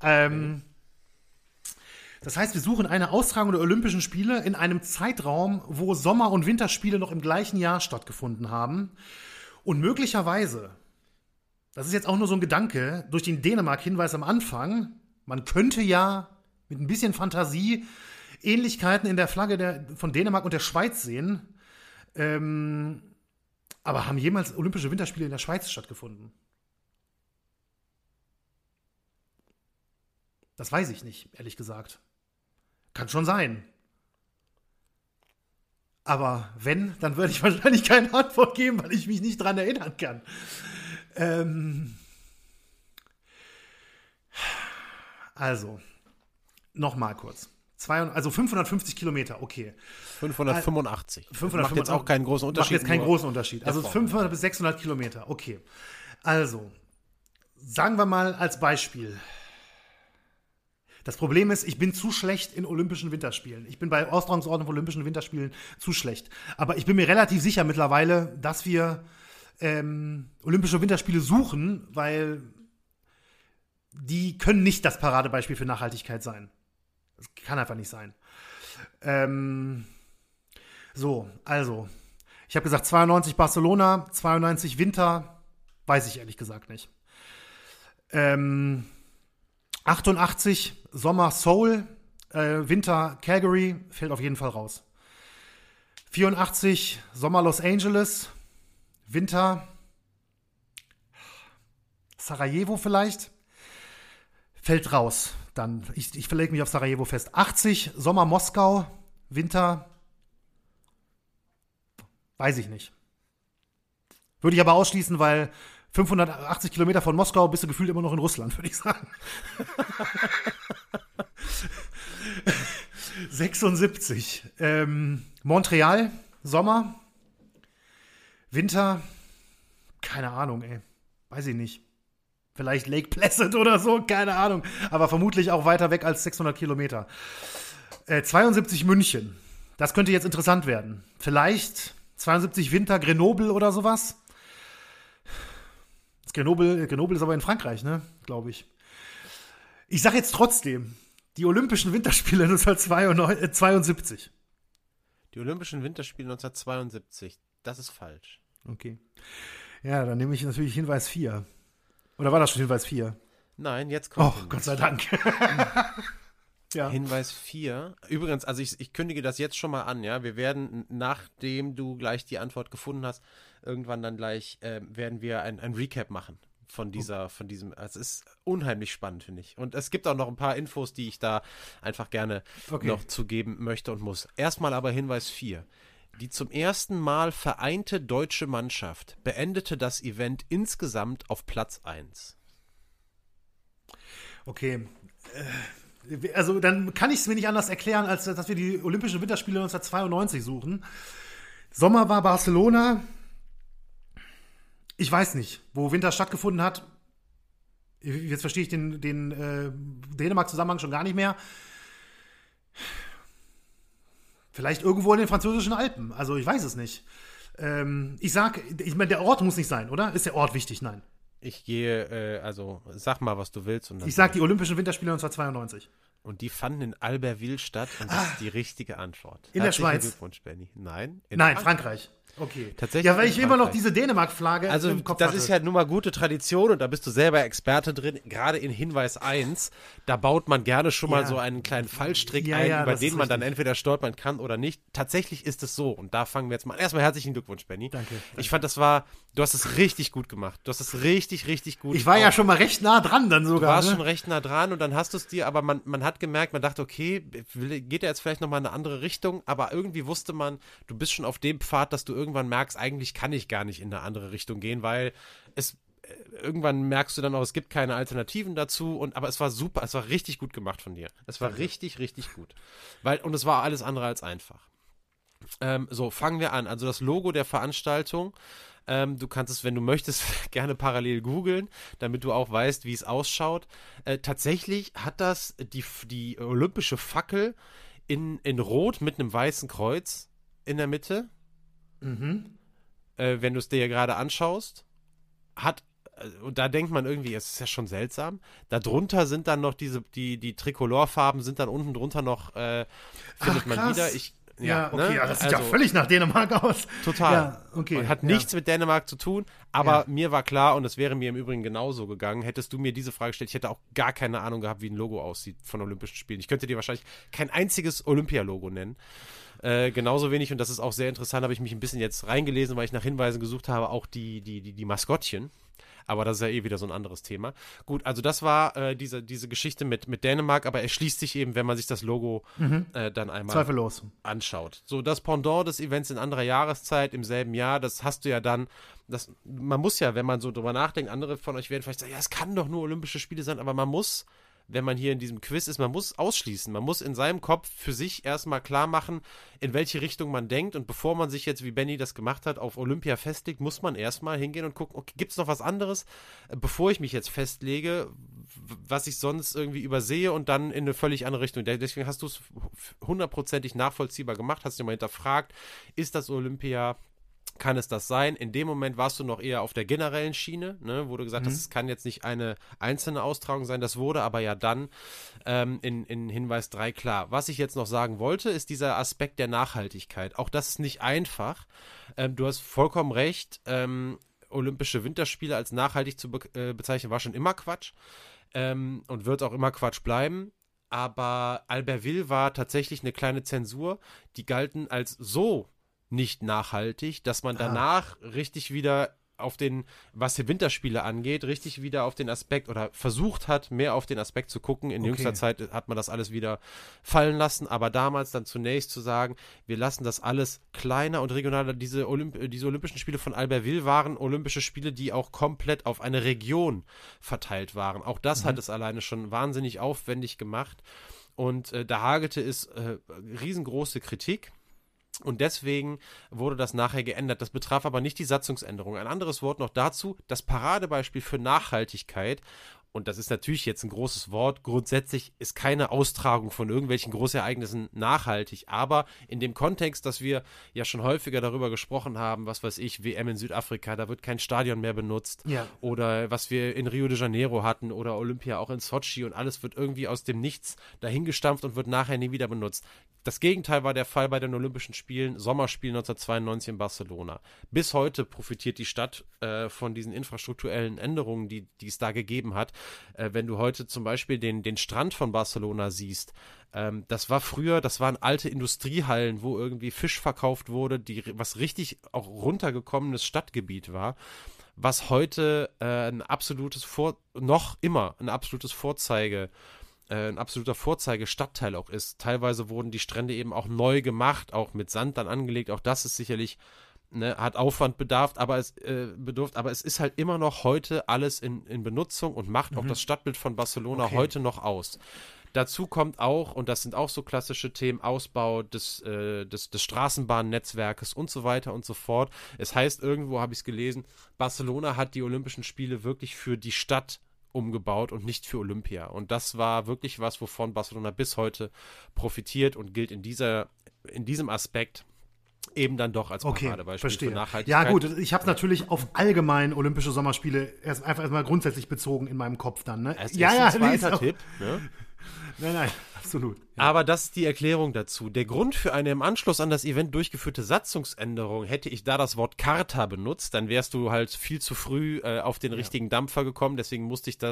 Das heißt, wir suchen eine Austragung der Olympischen Spiele in einem Zeitraum, wo Sommer- und Winterspiele noch im gleichen Jahr stattgefunden haben. Und möglicherweise, das ist jetzt auch nur so ein Gedanke, durch den Dänemark-Hinweis am Anfang, man könnte ja mit ein bisschen Fantasie Ähnlichkeiten in der Flagge von Dänemark und der Schweiz sehen. Aber haben jemals Olympische Winterspiele in der Schweiz stattgefunden? Das weiß ich nicht, ehrlich gesagt. Kann schon sein. Aber wenn, dann würde ich wahrscheinlich keine Antwort geben, weil ich mich nicht dran erinnern kann. Also, nochmal kurz. 550 Kilometer, okay. 585. Macht jetzt auch keinen großen Unterschied. Macht jetzt keinen großen Unterschied. Also 500 bis 600 Kilometer, okay. Also, sagen wir mal als Beispiel. Das Problem ist, ich bin zu schlecht in Olympischen Winterspielen. Ich bin bei Austragungsordnung von Olympischen Winterspielen zu schlecht. Aber ich bin mir relativ sicher mittlerweile, dass wir Olympische Winterspiele suchen, weil die können nicht das Paradebeispiel für Nachhaltigkeit sein. Das kann einfach nicht sein. So, also. Ich habe gesagt 92 Barcelona, 92 Winter, weiß ich ehrlich gesagt nicht. 88 Sommer Seoul, Winter Calgary, fällt auf jeden Fall raus. 84 Sommer Los Angeles, Winter Sarajevo vielleicht, fällt raus. Dann, ich verlege mich auf Sarajevo fest. 80 Sommer Moskau, Winter, weiß ich nicht. Würde ich aber ausschließen, weil 580 Kilometer von Moskau bist du gefühlt immer noch in Russland, würde ich sagen. 76. Montreal, Sommer, Winter, keine Ahnung, ey. Weiß ich nicht. Vielleicht Lake Placid oder so, keine Ahnung. Aber vermutlich auch weiter weg als 600 Kilometer. 72 München. Das könnte jetzt interessant werden. Vielleicht 72 Winter, Grenoble oder sowas. Grenoble ist aber in Frankreich, ne? Glaube ich. Ich sage jetzt trotzdem, die Olympischen Winterspiele 1972. Die Olympischen Winterspiele 1972. Das ist falsch. Okay. Ja, dann nehme ich natürlich Hinweis 4. Oder war das schon Hinweis 4? Nein, jetzt kommt Hinweis. Gott sei Dank. Ja. Hinweis 4. Übrigens, also ich kündige das jetzt schon mal an, ja. Wir werden, nachdem du gleich die Antwort gefunden hast, irgendwann dann gleich werden wir ein Recap machen von diesem. Es ist unheimlich spannend, finde ich. Und es gibt auch noch ein paar Infos, die ich da einfach gerne noch zugeben möchte und muss. Erstmal aber Hinweis 4. Die zum ersten Mal vereinte deutsche Mannschaft beendete das Event insgesamt auf Platz 1. Okay. Also dann kann ich es mir nicht anders erklären, als dass wir die Olympischen Winterspiele 1992 suchen. Sommer war Barcelona. Ich weiß nicht, wo Winter stattgefunden hat. Jetzt verstehe ich den Dänemark-Zusammenhang schon gar nicht mehr. Vielleicht irgendwo in den französischen Alpen. Also ich weiß es nicht. Ich meine, der Ort muss nicht sein, oder? Ist der Ort wichtig? Nein. Ich gehe, sag mal, was du willst. Und dann ich sag die Olympischen Winterspiele 1992. Und die fanden in Albertville statt und das ist die richtige Antwort. In der Schweiz? Glückwunsch, Benny. Nein, Frankreich. Okay. Tatsächlich. Ja, weil ich immer noch diese Dänemark-Flagge im Kopf hatte. Das ist ja nun mal gute Tradition und da bist du selber Experte drin. Gerade in Hinweis 1, da baut man gerne schon mal so einen kleinen Fallstrick ein, über den man dann entweder stolpern kann oder nicht. Tatsächlich ist es so und da fangen wir jetzt mal an. Erstmal herzlichen Glückwunsch, Benny. Danke. Ich fand, du hast es richtig gut gemacht. Du hast es richtig, richtig gut gemacht. Ich war ja schon mal recht nah dran dann sogar. Du warst schon recht nah dran und dann hast du es dir, aber man hat gemerkt, man dachte, okay, geht er jetzt vielleicht nochmal in eine andere Richtung, aber irgendwie wusste man, du bist schon auf dem Pfad, dass du irgendwann merkst, eigentlich kann ich gar nicht in eine andere Richtung gehen, weil irgendwann merkst du dann auch, es gibt keine Alternativen dazu, aber es war super, es war richtig gut gemacht von dir. Es war richtig, richtig gut. Und es war alles andere als einfach. So, fangen wir an. Also das Logo der Veranstaltung, du kannst es, wenn du möchtest, gerne parallel googeln, damit du auch weißt, wie es ausschaut. Tatsächlich hat das die olympische Fackel in Rot mit einem weißen Kreuz in der Mitte. Mhm. Wenn du es dir gerade anschaust, und da denkt man irgendwie, es ist ja schon seltsam, darunter sind dann noch die Trikolorfarben sind dann unten drunter noch, findet man wieder. Okay, das sieht ja völlig nach Dänemark aus. Total. Ja, okay. Und hat nichts mit Dänemark zu tun, aber mir war klar, und es wäre mir im Übrigen genauso gegangen, hättest du mir diese Frage gestellt, ich hätte auch gar keine Ahnung gehabt, wie ein Logo aussieht von Olympischen Spielen. Ich könnte dir wahrscheinlich kein einziges Olympialogo nennen. Genauso wenig, und das ist auch sehr interessant, habe ich mich ein bisschen jetzt reingelesen, weil ich nach Hinweisen gesucht habe, auch die Maskottchen. Aber das ist ja eh wieder so ein anderes Thema. Gut, also das war diese Geschichte mit Dänemark, aber er schließt sich eben, wenn man sich das Logo dann einmal zweifellos anschaut. So, das Pendant des Events in anderer Jahreszeit, im selben Jahr, das hast du ja dann, man muss ja, wenn man so drüber nachdenkt, andere von euch werden vielleicht sagen, ja, es kann doch nur Olympische Spiele sein, aber man muss, wenn man hier in diesem Quiz ist, man muss ausschließen. Man muss in seinem Kopf für sich erstmal klar machen, in welche Richtung man denkt. Und bevor man sich jetzt, wie Benny das gemacht hat, auf Olympia festlegt, muss man erstmal hingehen und gucken, okay, gibt es noch was anderes, bevor ich mich jetzt festlege, was ich sonst irgendwie übersehe und dann in eine völlig andere Richtung. Deswegen hast du es 100%ig nachvollziehbar gemacht, hast dich mal hinterfragt, ist das Olympia? Kann es das sein? In dem Moment warst du noch eher auf der generellen Schiene, ne, wo du gesagt hast, es kann jetzt nicht eine einzelne Austragung sein, das wurde aber ja dann in Hinweis 3 klar. Was ich jetzt noch sagen wollte, ist dieser Aspekt der Nachhaltigkeit. Auch das ist nicht einfach. Du hast vollkommen recht, Olympische Winterspiele als nachhaltig zu bezeichnen, war schon immer Quatsch und wird auch immer Quatsch bleiben. Aber Albertville war tatsächlich eine kleine Zensur, die galten als so nicht nachhaltig, dass man danach richtig wieder was die Winterspiele angeht, richtig wieder auf den Aspekt oder versucht hat, mehr auf den Aspekt zu gucken. In jüngster Zeit hat man das alles wieder fallen lassen, aber damals dann zunächst zu sagen, wir lassen das alles kleiner und regionaler. Diese Olympischen Spiele von Albertville waren Olympische Spiele, die auch komplett auf eine Region verteilt waren. Auch das hat es alleine schon wahnsinnig aufwendig gemacht. Und da hagelte es riesengroße Kritik. Und deswegen wurde das nachher geändert. Das betraf aber nicht die Satzungsänderung. Ein anderes Wort noch dazu, das Paradebeispiel für Nachhaltigkeit. Und das ist natürlich jetzt ein großes Wort. Grundsätzlich ist keine Austragung von irgendwelchen Großereignissen nachhaltig. Aber in dem Kontext, dass wir ja schon häufiger darüber gesprochen haben, was weiß ich, WM in Südafrika, da wird kein Stadion mehr benutzt. Ja. Oder was wir in Rio de Janeiro hatten oder Olympia auch in Sochi und alles wird irgendwie aus dem Nichts dahingestampft und wird nachher nie wieder benutzt. Das Gegenteil war der Fall bei den Olympischen Spielen, Sommerspielen 1992 in Barcelona. Bis heute profitiert die Stadt von diesen infrastrukturellen Änderungen, die es da gegeben hat. Wenn du heute zum Beispiel den Strand von Barcelona siehst, das waren alte Industriehallen, wo irgendwie Fisch verkauft wurde, was richtig auch runtergekommenes Stadtgebiet war, was heute ein absoluter Vorzeigestadtteil auch ist. Teilweise wurden die Strände eben auch neu gemacht, auch mit Sand dann angelegt. Auch das ist sicherlich, hat Aufwand bedarf, aber es ist halt immer noch heute alles in Benutzung und macht auch das Stadtbild von Barcelona heute noch aus. Dazu kommt auch, und das sind auch so klassische Themen, Ausbau des Straßenbahnnetzwerkes und so weiter und so fort. Es heißt, irgendwo habe ich es gelesen, Barcelona hat die Olympischen Spiele wirklich für die Stadt umgebaut und nicht für Olympia. Und das war wirklich was, wovon Barcelona bis heute profitiert und gilt in diesem Aspekt eben dann doch als Paradebeispiel für Nachhaltigkeit. Ja gut, ich habe es natürlich auf allgemein Olympische Sommerspiele erstmal grundsätzlich bezogen in meinem Kopf dann. Ne? Es ist ein zweiter Tipp. Ne? Nein, absolut. Ja. Aber das ist die Erklärung dazu. Der Grund für eine im Anschluss an das Event durchgeführte Satzungsänderung, hätte ich da das Wort Charta benutzt, dann wärst du halt viel zu früh auf den richtigen Dampfer gekommen. Deswegen musste ich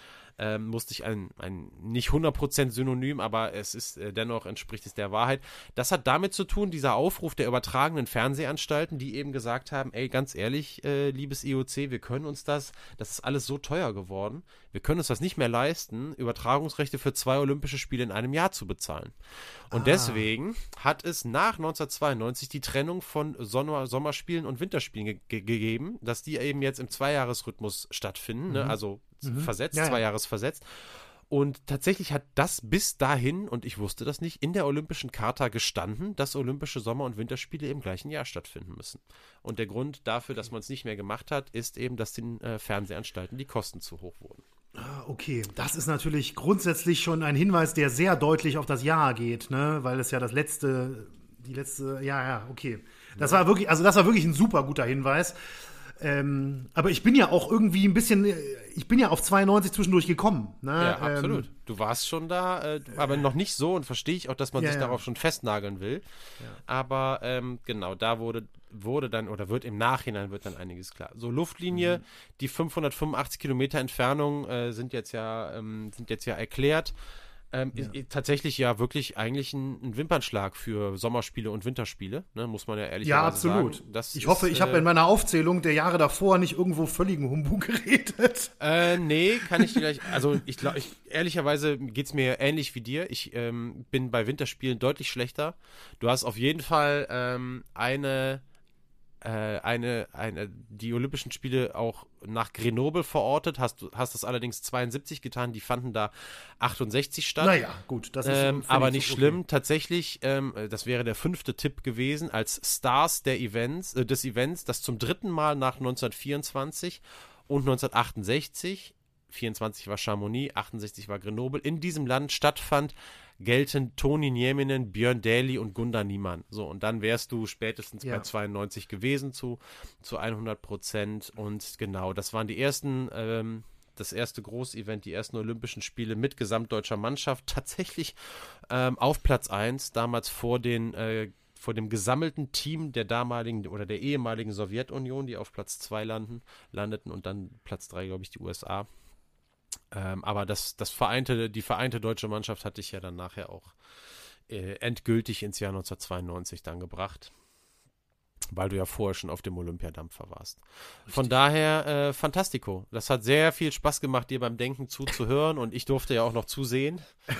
ein nicht 100% Synonym, aber es ist dennoch entspricht es der Wahrheit. Das hat damit zu tun, dieser Aufruf der übertragenen Fernsehanstalten, die eben gesagt haben, ey, ganz ehrlich, liebes IOC, wir können uns das ist alles so teuer geworden, wir können uns das nicht mehr leisten, Übertragungsrechte für 2 Olympische Spiele in einem Jahr zu bezahlen. Und deswegen hat es nach 1992 die Trennung von Sommerspielen und Winterspielen gegeben, dass die eben jetzt im Zweijahresrhythmus stattfinden, ne? Also versetzt, 2 Jahres versetzt. Und tatsächlich hat das bis dahin, und ich wusste das nicht, in der Olympischen Charta gestanden, dass Olympische Sommer- und Winterspiele im gleichen Jahr stattfinden müssen. Und der Grund dafür, dass man es nicht mehr gemacht hat, ist eben, dass den Fernsehanstalten die Kosten zu hoch wurden. Okay, das ist natürlich grundsätzlich schon ein Hinweis, der sehr deutlich auf das Jahr geht, ne? Weil es ja die letzte, okay. Das war wirklich ein super guter Hinweis. Aber ich bin ja auch irgendwie ich bin ja auf 92 zwischendurch gekommen. Ne? Ja, absolut. Du warst schon da, aber noch nicht so und verstehe ich auch, dass man sich darauf schon festnageln will. Ja. Aber genau, da wurde dann, oder wird im Nachhinein wird dann einiges klar. So Luftlinie, die 585 Kilometer Entfernung sind jetzt ja erklärt. Tatsächlich ja wirklich eigentlich ein Wimpernschlag für Sommerspiele und Winterspiele, ne, muss man ja ehrlicherweise sagen. Ja, absolut. Ich hoffe, ich habe in meiner Aufzählung der Jahre davor nicht irgendwo völligen Humbug geredet. Nee, kann ich dir gleich, also ehrlicherweise geht es mir ähnlich wie dir. Ich bin bei Winterspielen deutlich schlechter. Du hast auf jeden Fall die Olympischen Spiele auch nach Grenoble verortet, hast das allerdings 72 getan, die fanden da 68 statt. Naja, gut, das ist aber nicht schlimm. Tatsächlich, das wäre der 5. Tipp gewesen, als Stars des Events, das zum 3. Mal nach 1924 und 1968, 24 war Chamonix, 68 war Grenoble, in diesem Land stattfand, gelten Toni Nieminen, Björn Daly und Gunda Niemann. So, und dann wärst du spätestens bei 92 gewesen zu 100%. Und genau, das waren die ersten, das erste Großevent, die ersten Olympischen Spiele mit gesamtdeutscher Mannschaft. Tatsächlich auf Platz 1, damals vor dem gesammelten Team der damaligen oder der ehemaligen Sowjetunion, die auf Platz 2 landeten und dann Platz 3, glaube ich, die USA. Aber die vereinte deutsche Mannschaft hatte ich ja dann nachher auch endgültig ins Jahr 1992 dann gebracht. weil du ja vorher schon auf dem Olympiadampfer warst. Von daher, fantastico. Das hat sehr viel Spaß gemacht, dir beim Denken zuzuhören und ich durfte ja auch noch zusehen.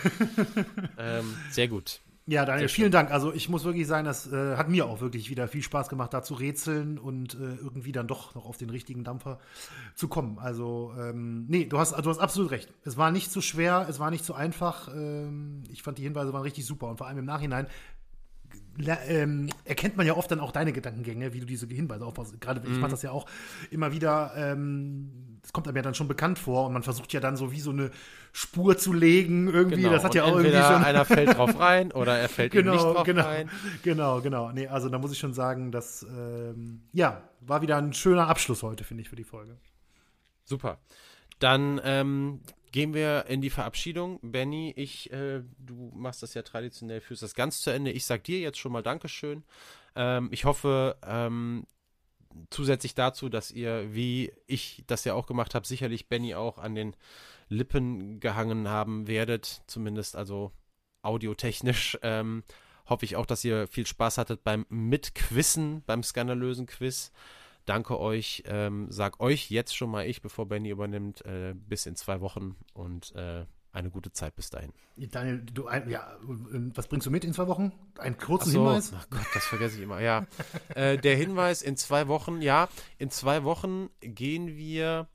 Sehr gut. Ja, Daniel, vielen Dank. Also ich muss wirklich sagen, das hat mir auch wirklich wieder viel Spaß gemacht, da zu rätseln und irgendwie dann doch noch auf den richtigen Dampfer zu kommen. Also, nee, du hast absolut recht. Es war nicht zu schwer, es war nicht zu einfach. Ich fand, die Hinweise waren richtig super und vor allem im Nachhinein erkennt man ja oft dann auch deine Gedankengänge, wie du diese Hinweise aufbaust. Gerade ich mache das ja auch immer wieder, das kommt einem ja dann schon bekannt vor und man versucht ja dann so wie so eine Spur zu legen irgendwie. Genau. Das hat und ja auch irgendwie schon. Einer fällt drauf rein oder er fällt eben nicht drauf rein. Genau. Nee, also da muss ich schon sagen, das war wieder ein schöner Abschluss heute, finde ich, für die Folge. Super. Dann gehen wir in die Verabschiedung. Benny, du machst das ja traditionell, führst das ganz zu Ende. Ich sag dir jetzt schon mal Dankeschön. Ich hoffe, zusätzlich dazu, dass ihr, wie ich das ja auch gemacht habe, sicherlich Benny auch an den Lippen gehangen haben werdet, zumindest also audiotechnisch. Hoffe ich auch, dass ihr viel Spaß hattet beim Mitquissen, beim skandalösen Quiz. Danke euch, sag euch jetzt schon mal bevor Benny übernimmt, bis in 2 Wochen und eine gute Zeit bis dahin. Daniel, was bringst du mit in 2 Wochen? Einen kurzen Hinweis? Ach Gott, das vergesse ich immer, ja. Der Hinweis in 2 Wochen, in 2 Wochen gehen wir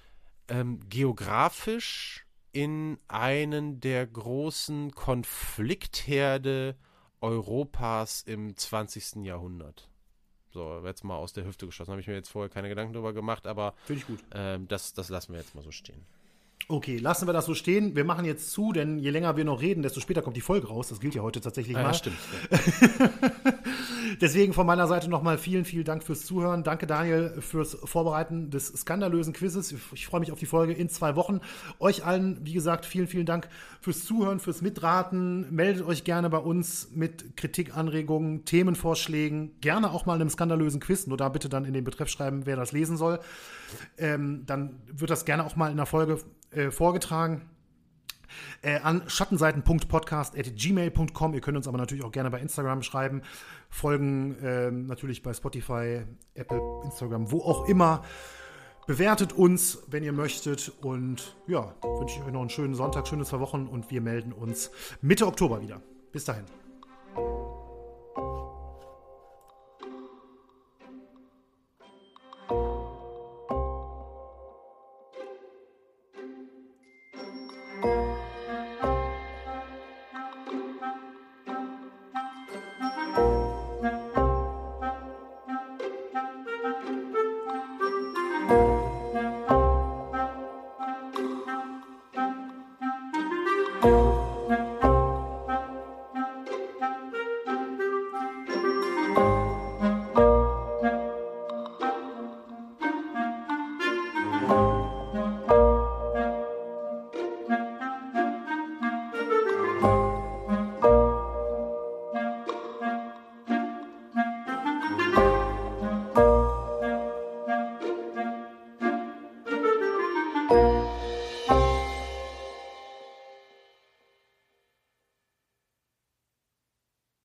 geografisch in einen der großen Konfliktherde Europas im 20. Jahrhundert. So, jetzt mal aus der Hüfte geschossen. Habe ich mir jetzt vorher keine Gedanken drüber gemacht, aber finde ich gut. Das lassen wir jetzt mal so stehen. Okay, lassen wir das so stehen. Wir machen jetzt zu, denn je länger wir noch reden, desto später kommt die Folge raus. Das gilt ja heute tatsächlich mal. Ja, stimmt. Ja. Deswegen von meiner Seite nochmal vielen, vielen Dank fürs Zuhören. Danke, Daniel, fürs Vorbereiten des skandalösen Quizzes. Ich freue mich auf die Folge in 2 Wochen. Euch allen, wie gesagt, vielen, vielen Dank fürs Zuhören, fürs Mitraten. Meldet euch gerne bei uns mit Kritik, Anregungen, Themenvorschlägen. Gerne auch mal einem skandalösen Quiz. Nur da bitte dann in den Betreff schreiben, wer das lesen soll. Dann wird das gerne auch mal in der Folge vorgetragen. An schattenseiten.podcast@gmail.com. Ihr könnt uns aber natürlich auch gerne bei Instagram schreiben. Folgen natürlich bei Spotify, Apple, Instagram, wo auch immer. Bewertet uns, wenn ihr möchtet. Und ja, wünsche ich euch noch einen schönen Sonntag, schöne 2 Wochen. Und wir melden uns Mitte Oktober wieder. Bis dahin.